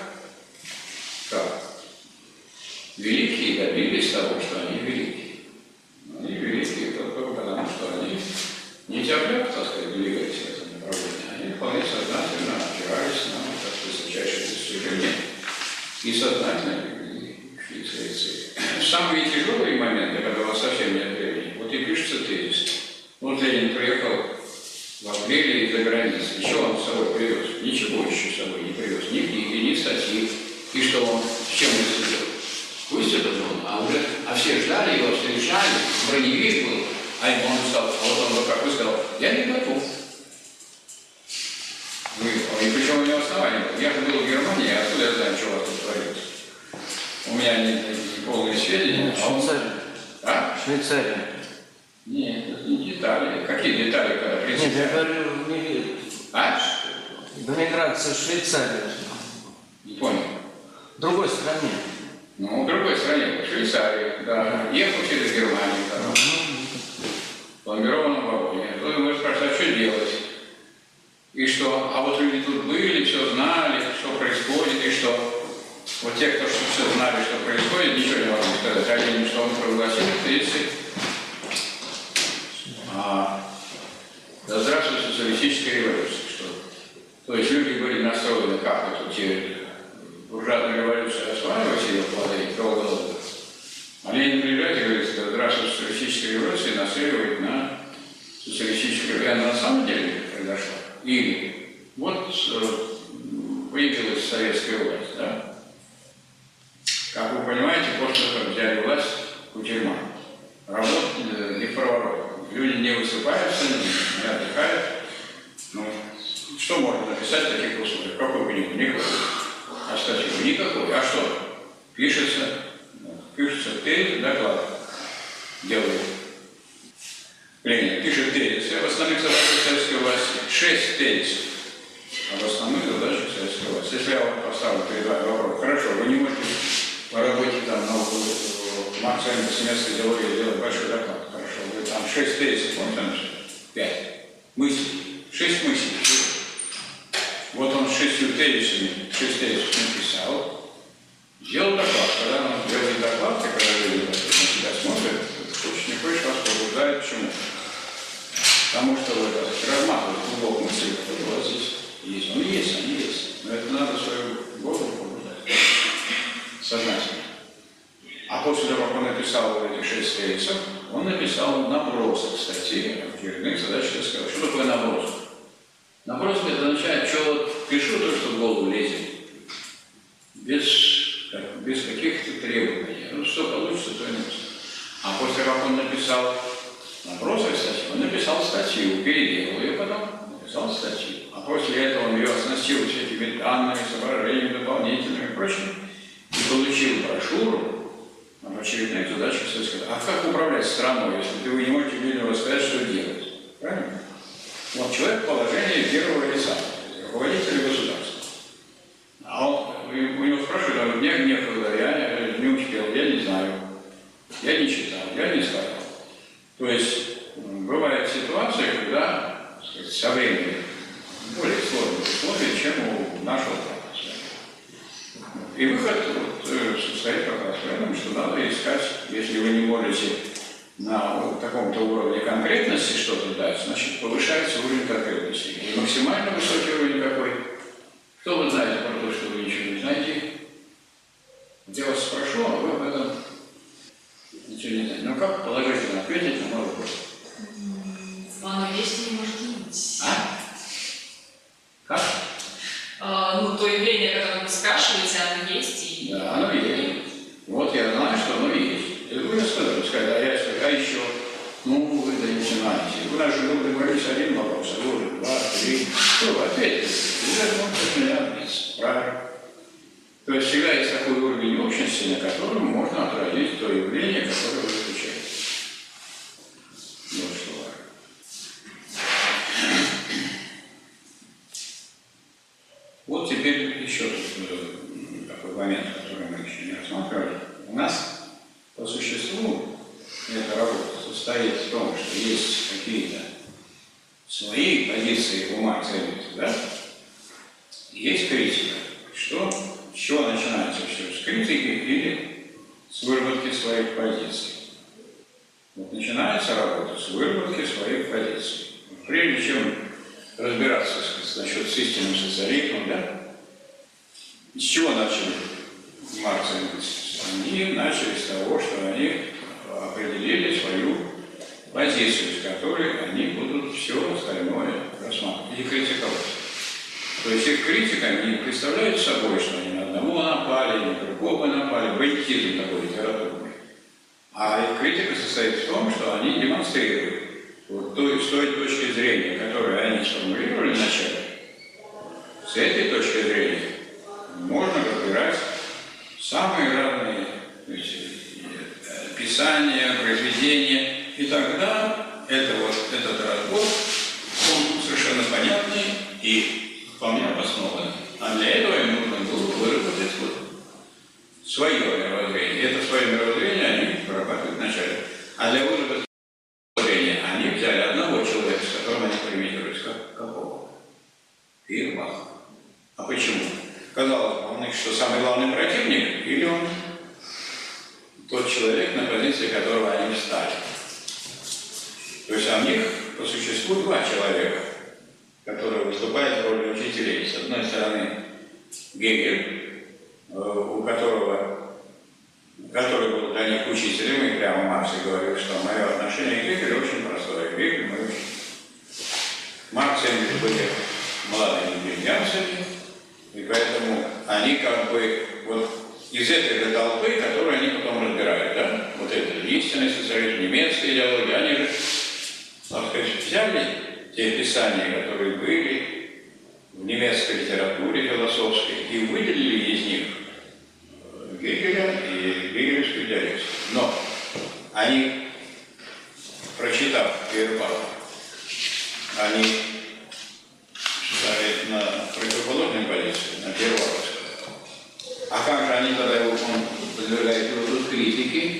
великие добились того, что они великие. Они великие только потому, что они не тяпляк, так сказать, двигались в этом направлении. Они вполне сознательно опирались на высочайшие достижения и сознательно шли к своей цели. Самые тяжелые моменты, когда у вас совсем нет времени, вот и пишется тезис. Вот Ленин приехал в апреле из-за границы. И что он с собой привез? Ничего еще с собой не привез. Ни книги, ни статьи. И что он с чем выступил? Выступил он, а все ждали его, встречали, броневик был. А он сказал, вот он, как вы сказал, я не готов. И причем у него основания. Я же был в Германии, откуда я знаю, что у вас тут творится. У меня нет полные сведения. Швейцария. А? Швейцария. Нет, это не детали. Какие детали, когда Нет, я говорю, А? в эмиграции Швейцария. Не понял. В другой стране. Ну, в другой стране, в Швейцарии, да. Ехал через Германию, там. В пломбированном вагоне. Тут мы спрашиваем, а что делать? И что? А вот люди тут были, все знали, что происходит, и что? Вот те, кто все знали, что происходит, ничего не могли сказать. Один, что он прогласил 30. Да здравствует социалистическая революция. Что? То есть люди были настроены, как вот эти буржуазную революцию осваивать ее плоды и кровоголодных. А Ленин приезжает и говорит, что здравствует социалистическая революция нацеливает на социалистическую революцию. Она на самом деле произошла. Или вот появилась советская власть, да? Как вы понимаете, после того, как взяли власть, кутерьма. Работа не в проворот. Люди не высыпаются, не отдыхают. Ну, что можно написать в таких условиях? Какую книгу? Никакую. А статью? Никакой. А что? Пишется тезис, доклад делает. Ленин пишет тезисы об основных задачах советской власти. 6 тезисов об основных задачах советской власти. Если я вам поставлю перед вами вопрос, хорошо, вы не можете по работе там на Маркса семестра идеологии сделать большой доклад. Хорошо, вы там 6 тезисов, можете написать? 5 мыслей. 6 мыслей. Вот он с 6 тезисами, 6 тезисов написал, сделал доклад. Когда он делает доклад, когда люди на себя смотрят, хочешь не хочешь, вас побуждает к чему? Потому что вы разматываете глубок мысли, которые у вас здесь есть. Он есть, они есть. Но это надо свою голову побуждать. Сознательно. А после того, как он написал вот эти 6 тезисов, он написал набросок статьи о очередных задачах. Что такое набросок? Набросок это означает, что пишу то, что в голову лезет. Без каких-то требований. Ну, что получится, то и написано. А после того, как он написал набросок статьи, он написал статью, переделал ее потом, написал статью. А после этого он ее оснастил всякими данными, соображениями дополнительными и прочим, и получил брошюру об очередных задачах советской власти. А как управлять страной, если вы не можете людям рассказать, что делать? Правильно? Вот человек в положении первого лица, руководителя государства. А у него спрашивают, а мне некогда, я не успел, я не знаю, я не читал, я не сказал. То есть бывает ситуация, когда, так сказать, со временем более сложные условия, чем у нашего права. И И выход состоит как раз в этом, что надо искать, если вы не можете на таком-то уровне конкретности что-то дать, значит, повышается уровень конкретности. И максимально высокий уровень какой? Кто вы знаете про то, что вы ничего не знаете? Я вас спрошу, а вы об этом ничего не знаете. Ну как положительно ответить на мой вопрос? Оно есть не может быть. А? Как? Ну, то явление, которое вы спрашиваете, оно есть и... Да, оно есть. Вот я знаю, что оно есть. Это вы же сказали, а еще, ну, вы да не знаете. У нас же договорились один вопрос, а вы два, три. Что вы ответили? Вы можете меня ответить. Правильно? То есть всегда есть такой уровень общности, на котором можно отразить то явление, которое вы изучаете. Вот что важно. Вот теперь еще такой момент, который мы еще не рассматривали. У нас по существу эта работа состоит в том, что есть какие-то свои позиции ума, ценности, да? И есть критика. С чего начинается все? С критики или с выработки своих позиций? Вот начинается работа с выработки своих позиций. Прежде чем разбираться, насчет с истинным социализмом, да? С чего начали Маркс и Энгельс? Они начали с того, что они определили свою позицию, с которой они будут все остальное рассматривать и критиковать. То есть их критика не представляет собой, что они на одного напали, на другого напали, бандитизм такой литературный. А их критика состоит в том, что они демонстрируют вот с той точки зрения, которую они сформулировали вначале, с этой точки зрения можно разбирать самые разные писания, произведения, и тогда этот разбор, он совершенно понятный и вполне обоснованный. А для этого им нужно было выработать свое мировоззрение. Это свое мировоззрение они прорабатывают вначале. А для выработки мировоззрения они взяли одного человека, с которым они полемизируют. Какого? Фейербаха. А почему? Казалось бы, он их что, самый главный противник, или он тот человек, на позиции которого они встали? То есть у них по существу два человека, которые выступают в роли учителей. С одной стороны Гегель, который был для них учителем, и прямо Маркс и говорил, что мое отношение к Гегелю очень простое. Гегель мой учитель. Маркс и Энгельс были молодыми интеллигентами, и поэтому они как бы вот из этой толпы, которую они потом разбирают, да, вот это истинный социализм, немецкая идеология, они же, так сказать, взяли те писания, которые были в немецкой литературе философской, и выделили из них Гегеля и гегелевскую диалектику. Но они, прочитав Фейербаха, они ставят на противоположную позицию, на первую. А как же они тогда его подвергают его критике?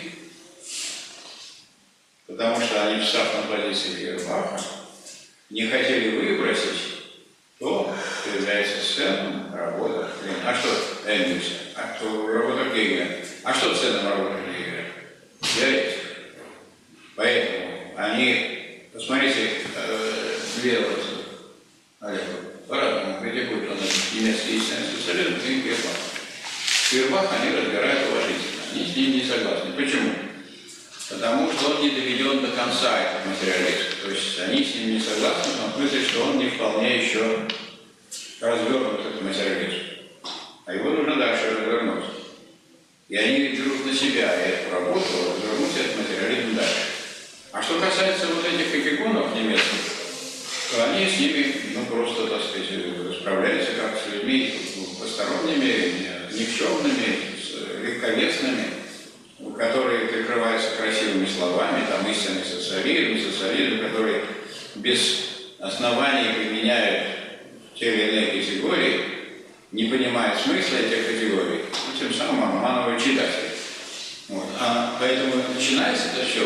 Потому что они, встав на позиции Фейербаха, не хотели выбросить то, что является ценным работа. А что Энгельса? А что работа Гегеля? А что ценным работа Гегеля? Диалектика. Поэтому они, посмотрите, две вот по-разному критикуют немецкий истинный социализм и Фейербах. Фейербах они разбирают уважительно, они с ним не согласны. Почему? Потому что он не доведен до конца, этот материализм. То есть они с ним не согласны в том смысле, что он не вполне еще развернут, этот материализм. А его нужно дальше развернуть. И они берут на себя эту работу, развернуть этот материализм дальше. А что касается вот этих эпигонов немецких, то они с ними, просто, так сказать, справляются как с людьми посторонними, никчемными, легковесными, которые прикрываются красивыми словами, там истинный социализм, который без оснований применяет те или иные категории, не понимает смысла этих категорий, и тем самым обманывает читателей. Вот. А поэтому начинается это все.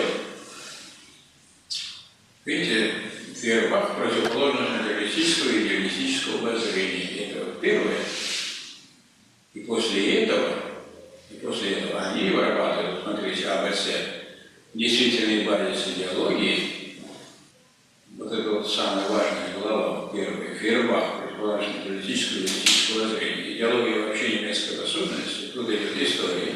Видите, Фейербах противоположность материалистического и идеалистического воззрения. Это вот первое. И после этого они вырабатывают, смотрите, АБЦ, действительный базис идеологии. Вот это вот самая важная глава, первая, Фейербах, предположительно политического зрения. Идеология вообще немецкой особенности, оттуда идет история.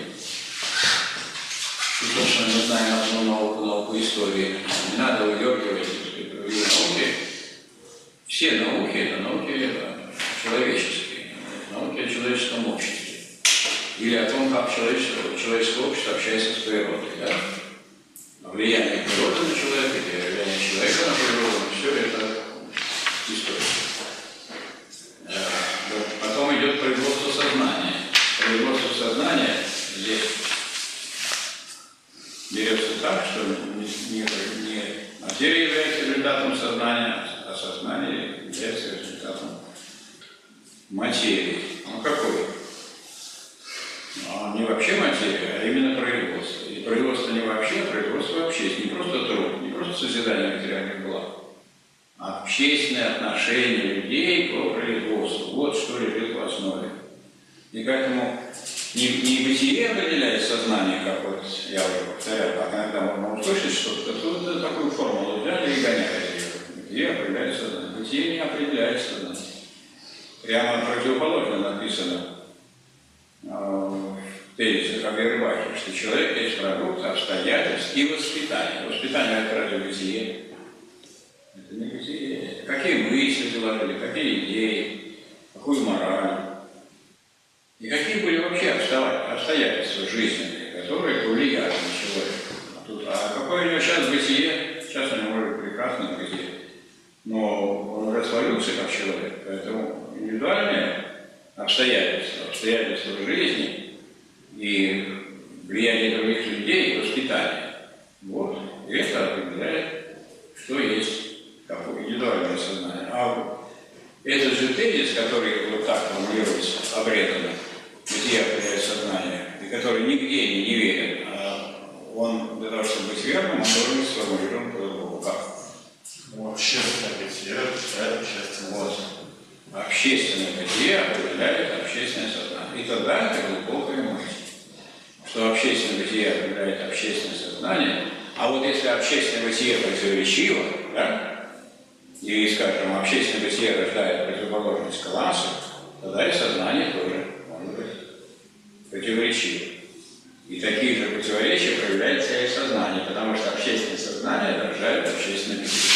И то, что мы знаем одну науку истории, не надо выдергивать из другие науки. Все науки – это науки человеческие, науки о человеческом обществе. Или о том, как человеческое общество общается с природой. Да? Влияние природы на человека, или влияние человека на природу, все это история. Потом идет производство сознания. Производство сознания здесь берется так, что не материя является результатом сознания, а сознание является результатом материи. Ну какой? Не вообще материя, а именно производство. И производство не вообще, а производство вообще. Не просто труд, не просто созидание материальных благ, а общественные отношения людей по производству. Вот что лежит в основе. И поэтому не бытие определяет сознание, как вот я уже повторял, как иногда можно услышать что-то, то такую формулу взяли и гоняли ее. Бытие определяет сознание. Бытие не определяет сознание. Прямо противоположно написано в тезисе о Фейербахе, что человек есть продукт обстоятельств и воспитания. Воспитание – это разве бытие? Это не бытие. Какие мысли заложили, какие идеи, какую мораль. И какие были вообще обстоятельства жизненные, которые повлияли на человека. А какое у него сейчас бытие? Сейчас у него может быть прекрасное бытие. Но он растворился как человек, поэтому индивидуальные обстоятельства жизни и влияние других людей, воспитание. Вот. И это определяет, что есть какое индивидуальное сознание. А этот же тезис, который вот так формулируется обрядами, бытие определяет сознание, и который нигде не верен, а он для того, чтобы быть верным, он должен быть сформулирован по-другому. Как? Общественное бытие определяет общественное вот. Общественное бытие определяет общественное сознание. И тогда это глубокая мысль, что общественное бытие определяет общественное сознание, а вот если общественное бытие противоречиво, да, и, скажем, общественное бытие рождает противоположность классу, тогда и сознание тоже может быть противоречиво. И такие же противоречия проявляются и в сознании, потому что общественное сознание рождает общественное бытие.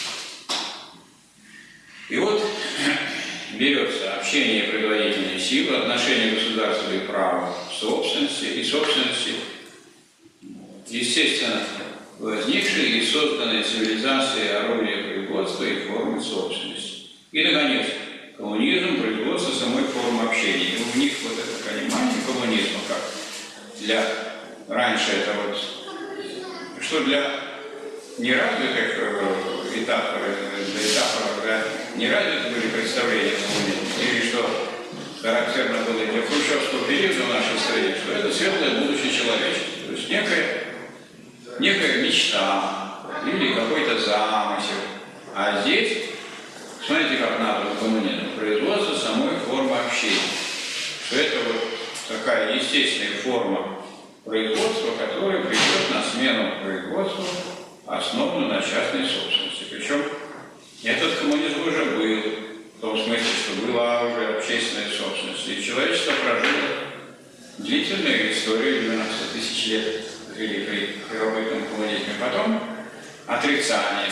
И вот берется общение предварительной силы, отношение государства и права собственности и собственности, естественно, возникшие и созданные цивилизацией орудия производства и формы собственности. И, наконец, коммунизм, производство самой формы общения. И у них вот это понимание коммунизма, как раньше это вот, что для неразвитых этапов, когда неразвиты были представления коммунизма, или что характерно было для хрущевского периода в нашей стране, что это светлое будущее человечества. То есть некая мечта или какой-то замысел. А здесь, смотрите, как назван коммунизм, производство самой формы общения. Что это вот такая естественная форма производства, которая придет на смену производству, основанному на частной собственности. Причем этот коммунизм уже был, в том смысле, что была уже общественная собственность. И человечество прожило длительную историю, 90 тысяч лет жили при первобытном коммунизме. Потом отрицание,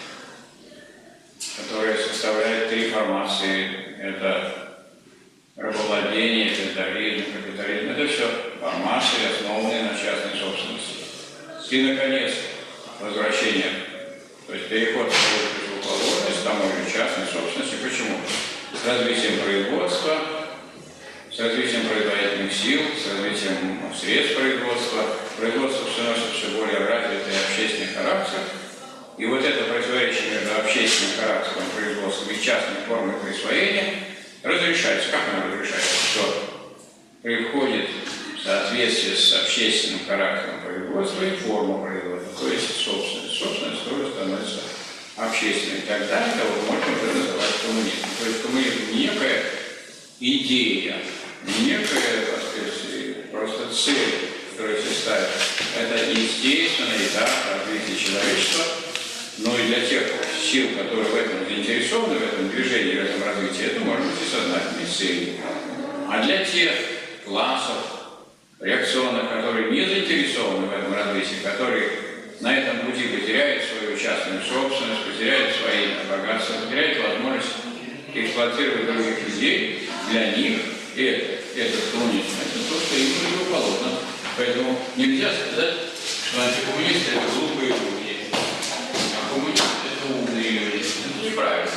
которое составляет три формации. Это рабовладение, феодализм, капитализм. Это все формации, основанные на частной собственности. И, наконец, возвращение, то есть переход в противоположность самой же частной собственности. Почему? С развитием производства, с развитием производительных сил, с развитием средств производства, производство носит все более развитый общественный характер. И вот это противоречие между общественным характером производства и частной формой присвоения разрешается. Как оно разрешается? Что приходит в соответствие с общественным характером производства и форма производства, то есть собственность. Собственность тоже становится общественной. Тогда это можно уже называть коммунизмом. То есть коммунизм некая идея не некая, так сказать, просто цель, которую себе ставят. Это естественный этап развития человечества, но и для тех сил, которые в этом заинтересованы, в этом движении, в этом развитии, это может быть и сознательной целью. А для тех классов реакционных, которые не заинтересованы в этом развитии, которые на этом пути потеряют свою частную собственность, потеряют свои богатства, потеряют возможность эксплуатировать других людей, для них этот коммунизм, это то, что им противоположно. Поэтому нельзя сказать, что антикоммунисты – это глупые люди, а коммунисты – это умные люди. Это неправильно.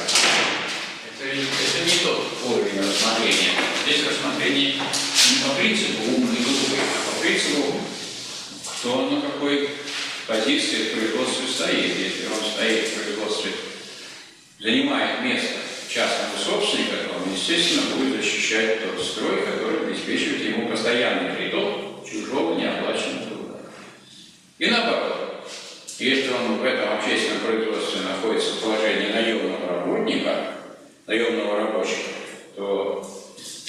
Это не тот уровень рассмотрения. Здесь рассмотрение не по принципу умный и глупый, а по принципу, кто на какой позиции в производстве стоит. Если он стоит в производстве, занимает место частного собственника, то он, естественно, будет защищать тот строй, который обеспечивает ему постоянный приток чужого неоплаченного труда. И наоборот, если он в этом общественном производстве находится в положении наемного работника, наемного рабочего, то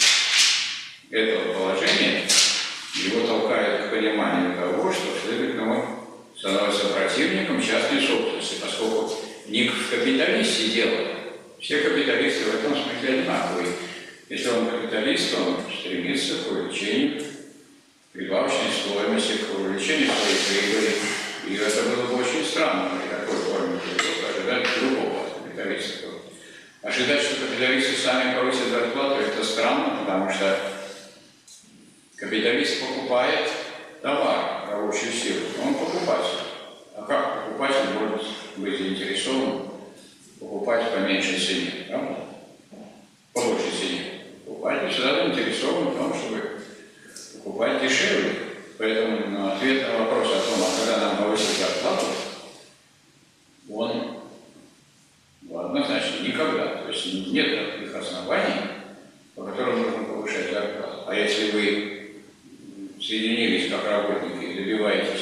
это положение его толкает к пониманию того, что следовательно он становится противником частной собственности, поскольку не в капиталисте дело. Все капиталисты в этом смысле одинаковые. Если он капиталист, он стремится к увеличению прибавочной стоимости, к увеличению своей прибыли. И это было бы очень странно при такой форме ожидать другого капиталиста. Ожидать, что капиталисты сами повысят зарплату, это странно, потому что капиталист покупает товар, рабочую силу, он покупатель. А как покупатель может быть заинтересован покупать по меньшей цене, правда? По большей цене. Покупатель всегда заинтересован в том, чтобы покупать дешевле. Поэтому на ответ на вопрос о том, а когда нам повысить зарплату, он однозначно никогда. То есть нет таких оснований, по которым нужно повышать зарплату. А если вы соединились как работники и добиваетесь,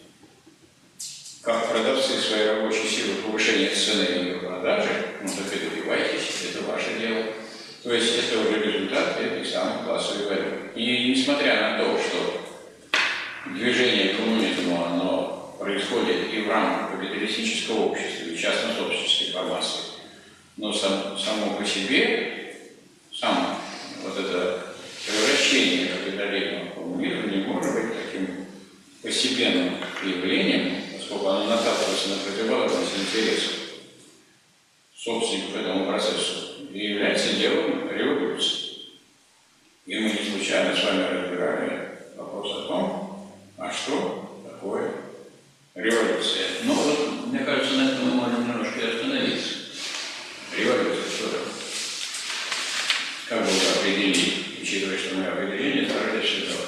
как продавцы своей рабочей силы повышения цены ее продажи, ну так и добивайтесь, это ваше дело. То есть это уже результат этой самой классовой борьбы. И несмотря на то, что движение к коммунизму, оно происходит и в рамках капиталистического общества, и частно-собственнической формации, но само по себе, вот это превращение капитализма в коммунизм не может быть таким постепенным явлением, поскольку оно наталкивается на противоположность интересов собственников этому процессу и является делом революции. И мы не случайно с вами разбирали вопрос о том, а что такое революция. Но вот, мне кажется, на этом мы можем немножко и остановиться. Революция, что такое? Как бы вы определили, учитывая, что мы определение старались создавать?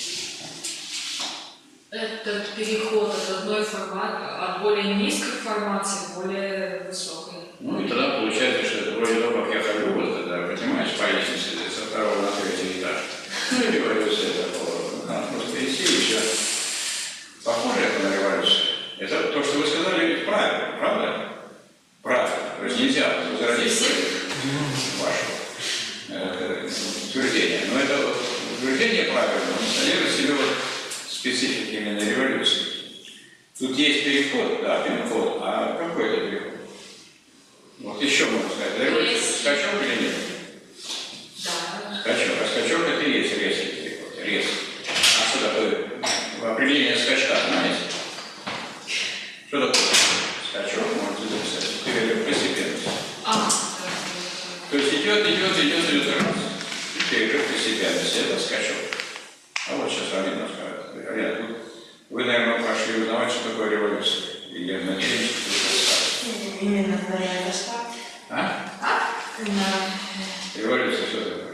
Этот переход от одной формации, от более низкой формации к более высокой. Ну и тогда получается, что это вроде того, как я хожу, вот тогда поднимаюсь по лестнице со второго на третий этаж. Ну и революция такого. Надо просто идти и все. Похоже это на революцию. Это то, что вы сказали, ведь правильно, правда? Правильно. То есть нельзя возродить ваше утверждение. Но это вот утверждение правильно, он содержит в себе вот специфики именно революции. Тут есть переход, да, переход. А какой это переход? Вот еще можно сказать, революция. Скачок или нет? Да. Скачок. А скачок это и есть резкий переход. Резкий. А что такое? Определение скачка, знаете? Что такое? Скачок, можете записать. Перерыв постепенности. То есть идет раз. Перерыв постепенности. Это скачок. А вот сейчас Алина скажет. Алина, тут вы, наверное, пошли узнавать, что такое революция. И я надеюсь, что вы это скажете. Именно, наверное, что? А? Революция что такое?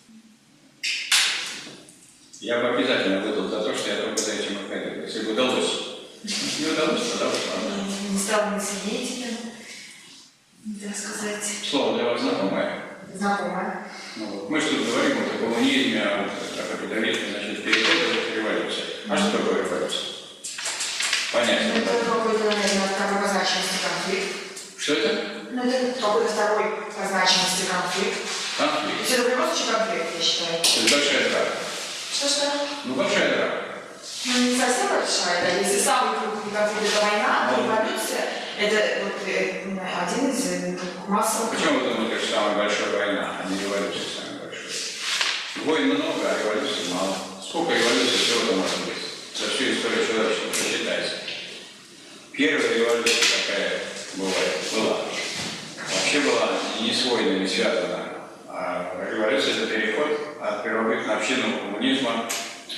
Я бы обязательно выдал за то, что я только за этим отходил. Если бы удалось. Не удалось, тогда уж ладно. Не стал бы свидетелем, так сказать. Слово для вас знакомое? Знакомое. Ну, вот. Мы что-то говорим о коммунизме, о капитализме, значит, переход – это революция. А что такое революция? Понятно. Это какой-то, наверное, второй по значимости конфликт. Что это? Ну, это какой-то второй по значимости конфликт. Конфликт. есть это просто очень конфликт, я считаю. Это большая драка. Что? Ну, большая драка. Ну, не совсем большая, да. Если самый крупный конфликт это война, то революция это вот один из массовых. Почему вы думаете, что самая большая война, а не революция самая большая? Войн много, а революции мало. Сколько революций всего-то может быть? За всю историю человечества посчитайте. Первая революция такая была. Вообще была не с войнами связана, а революция – это переход от первобытно-общинного коммунизма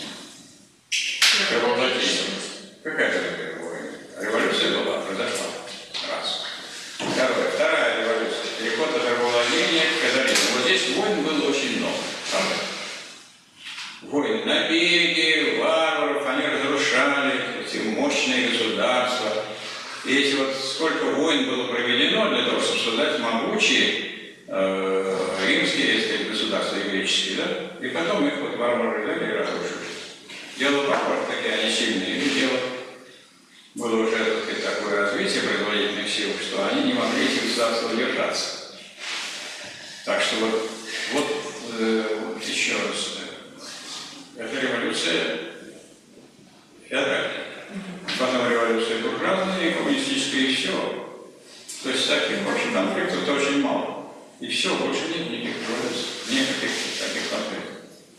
к рабовладению. Какая это такая война? Революция была, произошла. Раз. Вторая революция – переход от рабовладения к феодализму. Вот здесь войн было очень много, правда? Войны, набеги, варваров, они разрушали эти мощные государства. И если вот сколько войн было проведено для того, чтобы создать могучие римские, если государства и греческие, да? И потом их вот варвары взяли и разрушили. Дело варваров такие, они сильные, или дело было уже, так сказать, такое развитие производительных сил, что они не могли эти государства удержаться. Так что вот еще раз. Это революция феодальная. Потом революция буржуазная и коммунистическая, и все. То есть таких, в общем, конфликтов-то очень мало. И все, больше нет никаких революций, никаких таких конфликтов.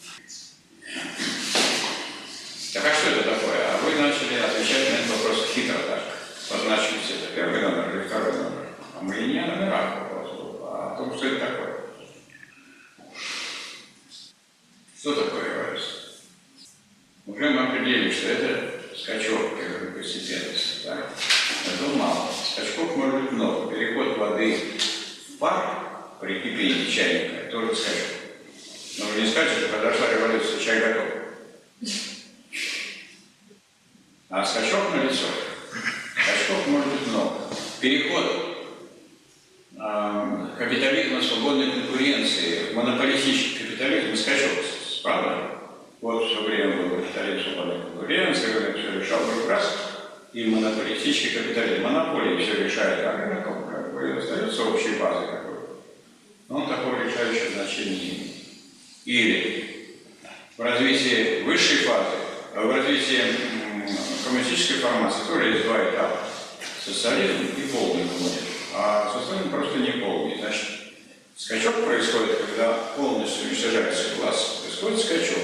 Так а что это такое? А вы начали отвечать на этот вопрос хитро так. Позначили это первый номер или второй номер. А мы не о номерах вопрос был, а о том, что это такое. Что такое революция? Уже мы определили, что это скачок постепенности. Да? Это мало. Скачков может быть много. Переход воды в пар при кипении чайника – это тоже скачок. Но вы не скачете, подошла революция, чай готов. А скачок на лицо. Скачков может быть много. Переход капитализма, свободной конкуренции, монополистический капитализм – скачок. Правда? Вот все время был капитализм, свободной конкуренции, рынок все решал вдруг раз, и монополистический капитализм. Монополия все решает, а рынок как бы остается общей базой какой-то. Но он такого решающего значения не имеет. Или в развитии высшей фазы, в развитии коммунистической формации тоже есть два этапа. Социализм и полный коммунизм. А социализм просто не полный. Значит, скачок происходит, когда полностью уничтожается класс. Происходит скачок.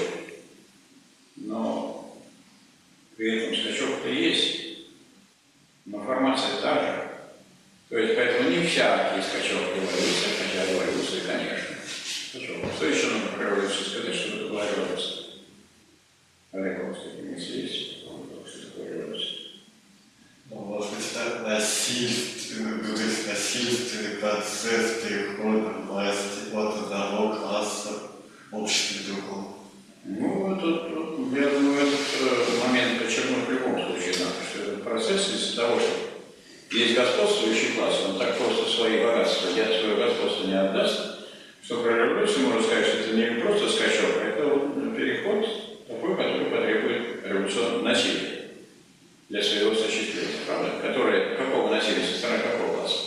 Но при этом скачок-то есть. Но формация та же. То есть, поэтому не всякий скачок революции, хотя революция, конечно. Что еще надо про революцию сказать, чтобы это была революция? Олег, у вас такие мысли есть? Что такое революция? Ну, может быть, это насильственный процесс перехода власти от одного класса общества к другому. Ну, я думаю, этот момент подчеркнуть в любом случае надо, что этот процесс из-за того, что есть господствующий класс, он так просто свои богатства, свое господство не отдаст, что про революцию можно сказать, что это не просто скачок, а это вот переход такой, который потребует революционного насилия для своего осуществления, правда? Которое какого насилия? Со стороны какого класса?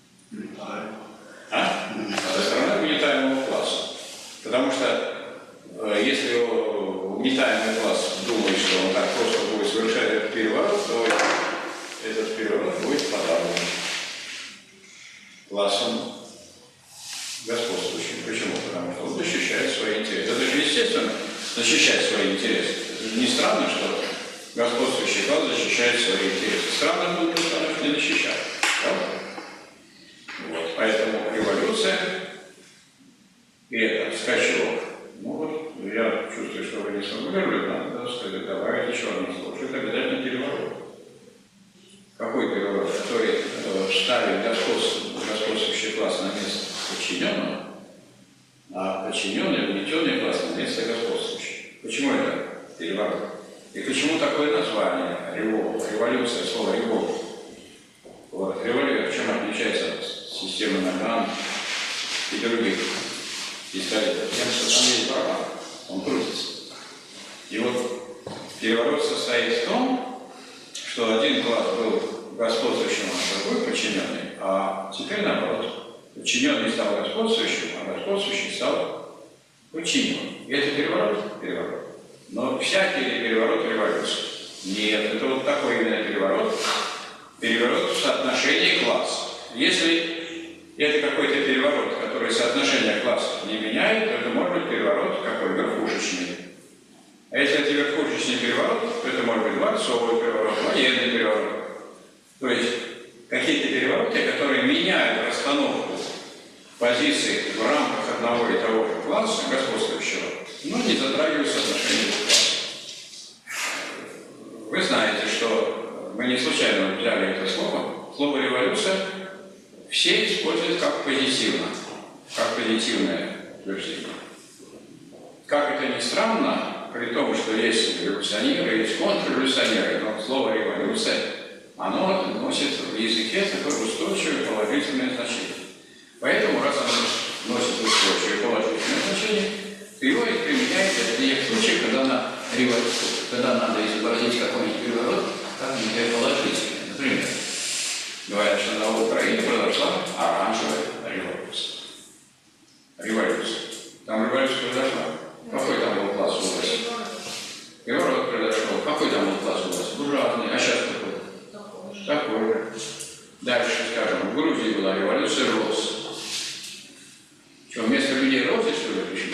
А? Со стороны угнетаемого класса. Потому что если угнетаемый класс думает, что он так просто будет совершать этот переворот, то этот переворот будет подавлен классом господствующим. Почему? Потому что он защищает свои интересы. Это же естественно защищать свои интересы. Это же не странно, что господствующий класс защищает свои интересы. Странно было бы, что он их не защищает. Правда? Вот. Поэтому революция и это скачок. Ну вот, я чувствую, что вы не сформулировали, надо сказать, добавить еще одно слово, что это обязательно переворот. Какой переворот? Который ставит господствующий класс на место подчиненного, а подчиненный, угнетенный класс на место господствующего. Почему это переворот? И почему такое название революция, слово революция? Вот. Революция чем отличается от системы Наган и других пистолетов? Тем, что там есть барабан, он крутится. И вот переворот состоит в том, что один класс был господствующим, а другой подчиненный, а теперь наоборот. Подчиненный стал господствующим, а господствующий стал Почему? Это переворот? Переворот. Но всякий ли переворот – революция? Нет, это вот такой именно переворот. Переворот в соотношении классов. Если это какой-то переворот, который соотношение классов не меняет, то это может быть переворот какой? Верхушечный. А если это верхушечный переворот, то это может быть дворцовый переворот, военный переворот. То есть какие-то перевороты, которые меняют расстановку позиций в рамках одного и того же класса, господствующего, но не затрагивают соотношение двух классов. Вы знаете, что мы не случайно взяли это слово. Слово «революция» все используют как позитивное утверждение. Как это ни странно, при том, что есть революционеры, есть контрреволюционеры, но слово «революция» оно носит в языке такое устойчивое положительное значение. Поэтому, раз оно носит устойчивое положительное значение, то его и применяют в тех случаях, когда надо изобразить какой-нибудь переворот, как-нибудь положительный. Например, говорят, что на Украине произошла оранжевая революция. Революция. Там революция произошла. Какой там был класс у вас? Переворот произошел. Какой там был класс у вас? Буржуазный. А сейчас какой? Такой же. Дальше, скажем, в Грузии была революция роз. Что, вместо людей розы, что ли, пришли?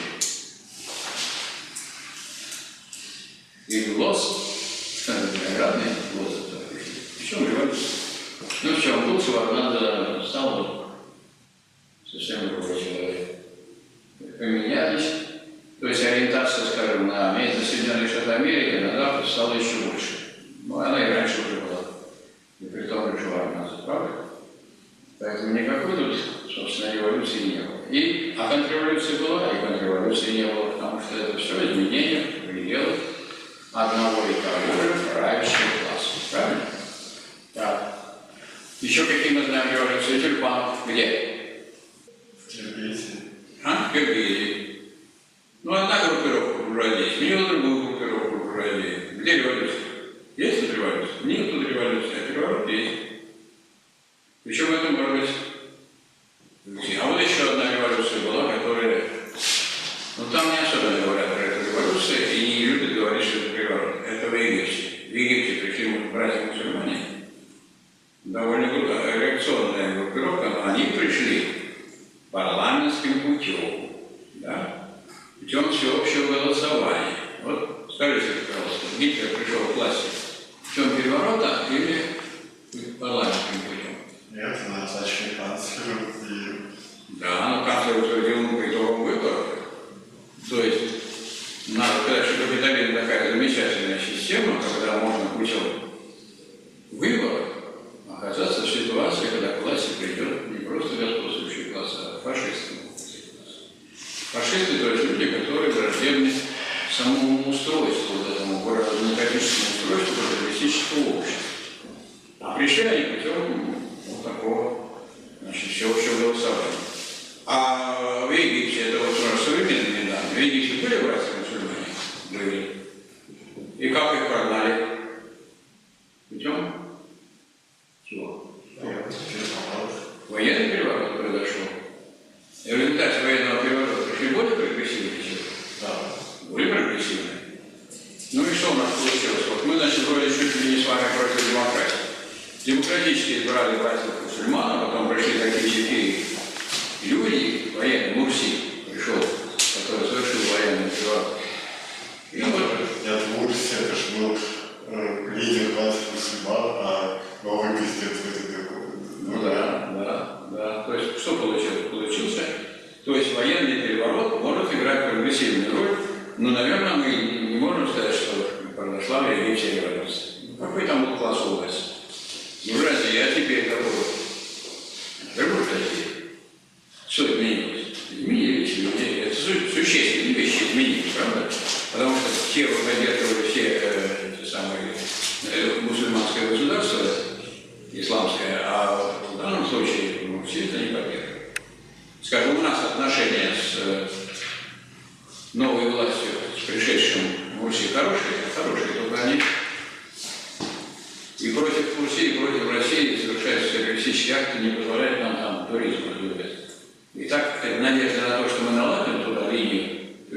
И лос, разные лозы пришли. В чем революция? Ну, в чем? Был Шеварнадзе, стал совсем другой человек. Поменялись. То есть ориентация, скажем, на Соединенные Штаты Америки на Запад стала еще больше. Ну, она и раньше уже была. И при том же Шеварнадзе, правда? Поэтому никакой тут, собственно, революции не было. А контрреволюция была, и контрреволюции не было, потому что это все изменение пределов одного и того же правящего класса. Правильно? Так. Еще какие мы знаем революции? Тюльпанов. Где? В Киргизии. В Киргизии. Ну, одна группировка буржуазии сменила другую группировку буржуазии. Где революция? Есть тут революция? Нет тут революции, а переворот есть. Причем это может быть. А вот еще одна революция была, которая. Ну там не особенно говорят про эту революцию и не любят говорить, что это переворот. Это в Египте. В Египте пришли братья-мусульмане. Довольно реакционная группировка, но они пришли парламентским путем. Да? Путем всеобщего голосования. Вот скажите, пожалуйста, Гитлер пришел к власти путем переворота или парламентским путем? Нет, назначили канцлером и... Да, но канцлер утвердил по итогам выборов. То есть, надо сказать, что капитализм такая замечательная система, когда можно путем выборов оказаться в ситуации, когда к власти придет не просто господствующий класс, а фашисты. Фашисты, то есть люди, которые враждебны самому устройству, вот этому демократическому устройству капиталистического общества. А пришли они путем вот такого, значит, всеобщего голосования. А в Египте, это вот уже современные данные, в Египте были братья-мусульмане? Были. И как их прогнали? Путем? Чего? Военный переворот произошел. И в результате военного переворота пришли более прогрессивные силы? Да. Более прогрессивные. Ну и что у нас получилось? Вот мы, значит, вроде чуть ли не с вами против демократии. Демократически избрали братьев-мусульман, а потом пришли такие люди, военный Мурси пришел, который совершил военный переворот. И вот... Нет, Мурси, это же был лидер братьев-мусульман, а новый президент в этой такой. Ну да. То есть что получилось? То есть военный переворот может играть прогрессивную роль, но, наверное, мы не можем сказать, что произошла в Египте революция. Какой там был класс у вас? Буржуазия, а теперь какой? Буржуазия. Что изменилось? Изменились люди. Это существенные вещи изменились, правда? Потому что все поддерживали все эти самые мусульманское государство, исламское, а в данном случае все это не поддерживают. Скажем, у нас отношения с новой властью, с пришедшим Мурси хорошие, только они и против Мурси, и против России совершаются террористические акты, не позволяют нам там туризм развивать. И так, надежда на то, что мы наладим туда линию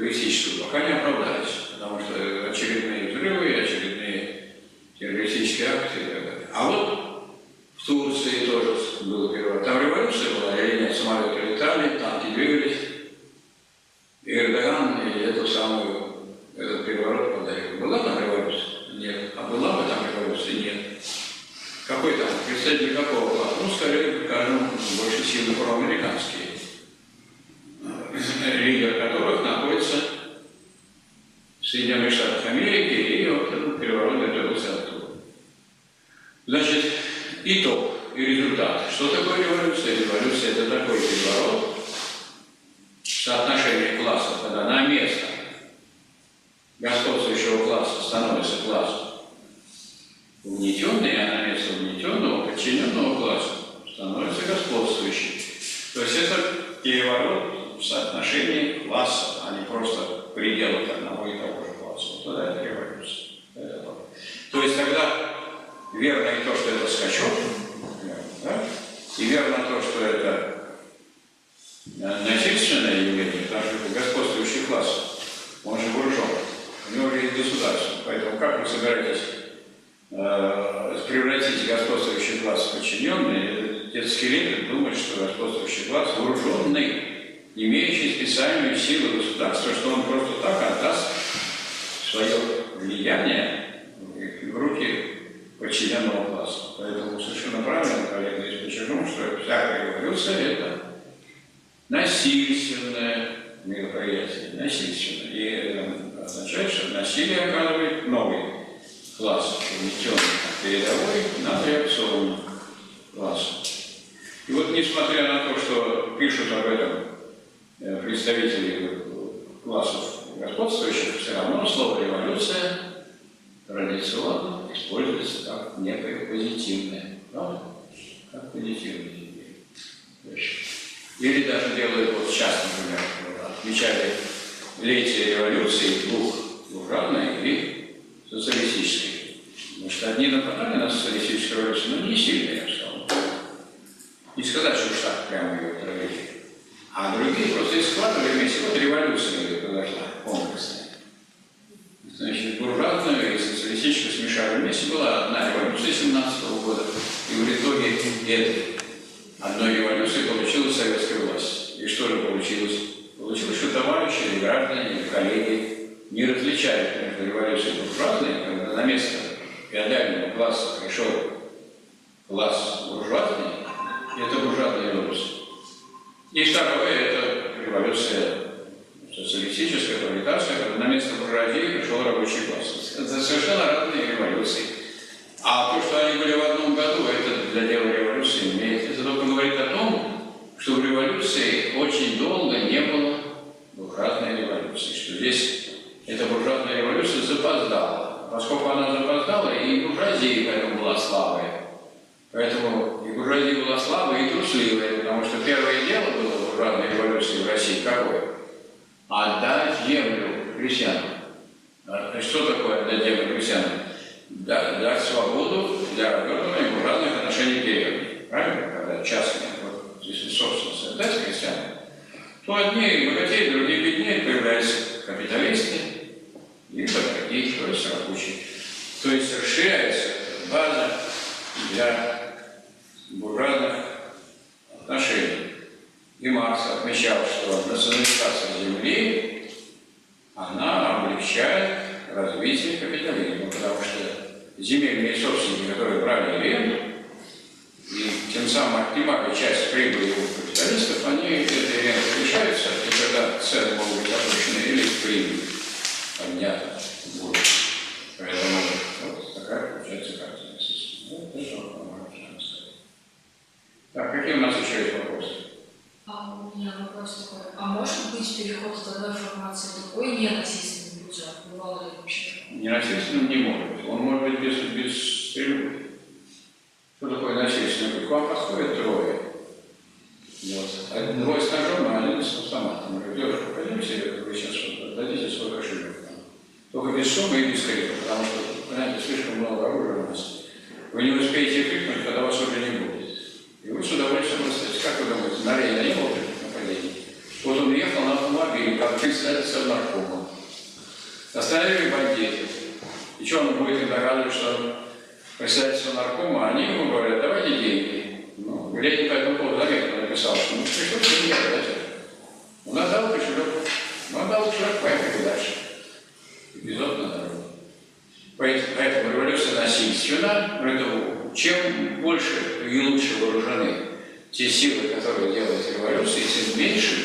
Была там революция? Нет. А была бы там революция? Нет. Какой там? Представитель какого класса? Ну, скорее, скажем, больше силы проамериканские, лидер которых находится в Соединенных Штатах Америки, и вот этот переворот готовился оттуда. Значит, итог и результат. Что такое революция? Революция – это такой переворот, соотношение классов, когда на место господствующего класса становится класс угнетенный, а на место угнетенного, подчиненного класса становится господствующий. То есть это переворот в соотношении классов, а не просто в пределах одного и того же класса. Вот тогда это революция. Это то. То есть тогда верно и то, что это скачок, да? И верно то, что это насильственное явление, потому что это господствующий класс, он же буржуа, у него же есть государство. Поэтому как вы собираетесь превратить господствующий класс в подчиненный? Детский лидер думает, что господствующий класс вооруженный, имеющий специальную силу государства, что он просто так отдаст свое влияние в руки подчиненного класса. Поэтому совершенно правильно коллега здесь подчеркнул, что всякая революция – это насильственное мероприятие, насильственное. И это означает, что насилие оказывает новый класс, угнетенный передовой на реакционный класс. И вот несмотря на то, что пишут об этом представители классов господствующих, все равно слово «революция» традиционно используется как некое позитивное, правда? Как позитивное. Или даже делают, вот сейчас, например, отмечали летие революции двухградной и социалистической. Значит, одни нападали на социалистическую революцию, но не сильно, я бы сказал. Не сказать, что уж так прямо ее травили. А другие просто их складывали вместе. Вот революция произошла, комплексная. Значит, буржуазную и социалистическую смешали вместе. Была одна революция 17-го года. И в итоге этой одной революции получилась советская власть. И что же получилось? Получилось, что товарищи, граждане, коллеги не различают между революцией буржуазной, когда на место феодального класса пришел класс буржуазный, это буржуазная революция. И второе – это революция социалистическая, пролетарская, когда на место буржуазии пришел рабочий класс. Это совершенно разные революции. А то, что они были в одном году, это для дела революции имеет. Это только говорит о том, что в революции очень долго не было буржуазной революции. Что здесь эта буржуазная революция запоздала. Поскольку она запоздала, и буржуазия поэтому была слабая. Поэтому и буржуазия была слабая, и трусливая, потому что первое дело было в буржуазной революции в России какое? Отдать землю крестьянам. А что такое отдать землю крестьянам? Дать свободу для развернутых буржуазных отношений деревни. Правильно? Когда частные, вот, если собственность отдать крестьянам, то одни богатеют, другие беднее, появляются капиталисты и батраки, то есть рабочие. То есть расширяется база для буржуазных отношений. И Маркс отмечал, что национализация земли, она облегчает развитие капитализма, потому что земельные собственники, которые брали аренду и тем самым отнимали часть прибыли у капиталистов, они этой аренды лишаются, и когда цены могут быть опущены или прибыль поднята больше. Поэтому вот такая получается картина. Вот это что можно сказать. Так, какие у нас еще есть вопросы? У меня вопрос такой. А может быть переход от одной формации к другой ненасильственным путем? Бывало ли вообще? Ненасильственным не может быть. Он может быть без стрельбы. Что такое насильственный путь? К вам подходит трое. Вот. Двое с ножом, а один с автоматом. Девушка, пойдемте, вы сейчас отдадите свой кошелек. Только без шума и без крика, потому что, понимаете, слишком много оружия у нас. Вы не успеете крикнуть, когда вас уже не будет. И вы с удовольствием расстаетесь. Как вы думаете, на Ленина не было нападений? Вот он ехал на автомобиле, как председатель наркома. Остановили бандитов. И что он будет им догадывать, что председатель наркома, они ему говорят, давайте деньги. Ну, Ленин по этому поводу заметно написал, что ну пришлось деньги отдать. Он отдал кошелек, поехали дальше. Эпизод на дороге. Поэтому революция насильственна, поэтому чем больше и лучше вооружены те силы, которые делают революцию, тем меньше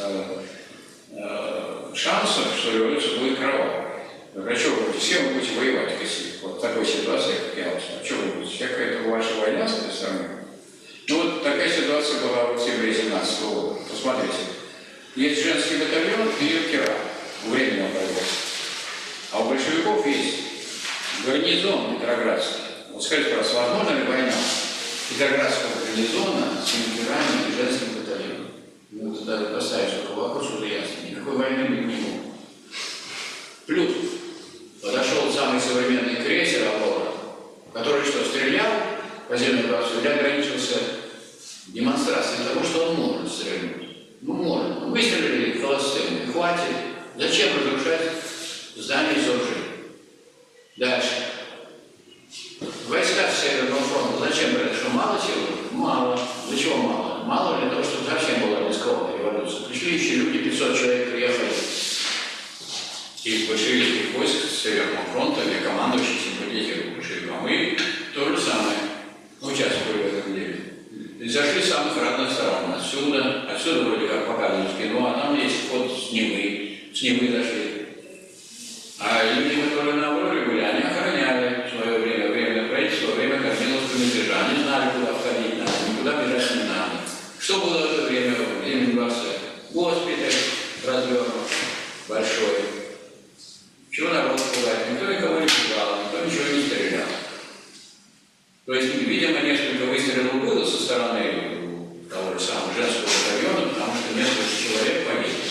шансов, что революция будет кровавой. А что вы будете? С кем вы будете воевать, если вот в такой ситуации, как я вас знаю? Что вы будете? Какая-то ваша война с этой стороны? Ну вот такая ситуация была в октябре 17 года. Посмотрите. Есть женский батальон и юнкера временного производства. А у большевиков есть гарнизон Петроградский. Вот скажите, пожалуйста, возможно ли война Петроградского гарнизона с юнкерами и женским батальоном? Ну, тогда поставишь такой вопрос, уже ясно. Никакой войны быть не может. Плюс подошел самый современный крейсер «Аврора», который что, стрелял по земному братству или ограничился демонстрацией того, что он может стрелять. Ну, может. Ну, выстрелили холостым, и хватит. Зачем разрушать здания и сооружения? Дальше. Войска Северного фронта зачем брать? Что мало сил? Мало. Для чего мало? Мало для того, чтобы совсем была рискованная революция. Пришли еще люди, 500 человек приехали из большевистских войск Северного фронта, или командующие симпатизируют большевикам. И то же самое участвовали в этом деле. И зашли с самых разных сторон. Отсюда вроде как показывают в кино, а там есть вход с Невы зашли. А люди, которые на Авроре были, они охраняли в свое время правительства, во время Корниловского мятежа. Они знали, куда входить надо, никуда бежать не надо. Что было в это время в Зимнем дворце? Госпиталь развернут большой. Чего народ пугает? Никто никого не пугал, никто ничего не стрелял. То есть, видимо, несколько выстрелов было со стороны того же самого женского батальона, потому что несколько человек погибли.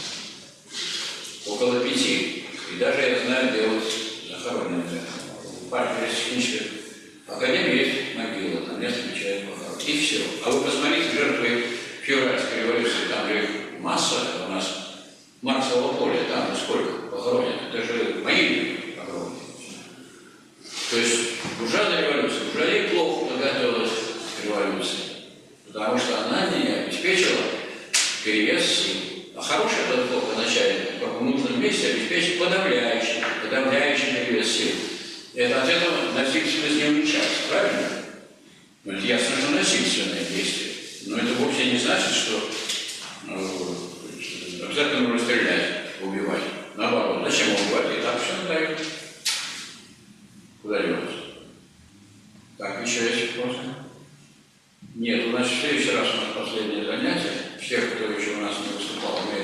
Около 5. И даже я знаю, где вот захоронены. В парке технической академии есть могила, там несколько человек похоронено. И все. А вы посмотрите, жертвы февральской революции, там же масса у нас Марсового поля, там сколько похоронено. Это же могильник огромный. То есть буржуазная революция уже и плохо подготовилась к революции, потому что она не обеспечила перевес, а хороший подготовка начальника в нужном месте обеспечит подавляющий перевес сил. Это от этого насильственность не уменьшается, правильно? Ну, это ясно, что насильственное действие. Но это вовсе не значит, что обязательно нужно стрелять, убивать. Наоборот, зачем убивать? И так все надо. Куда деваться? Так, еще есть вопросы? Нет, у нас в следующий раз у нас последнее занятие. Всех, кто еще у нас не выступал,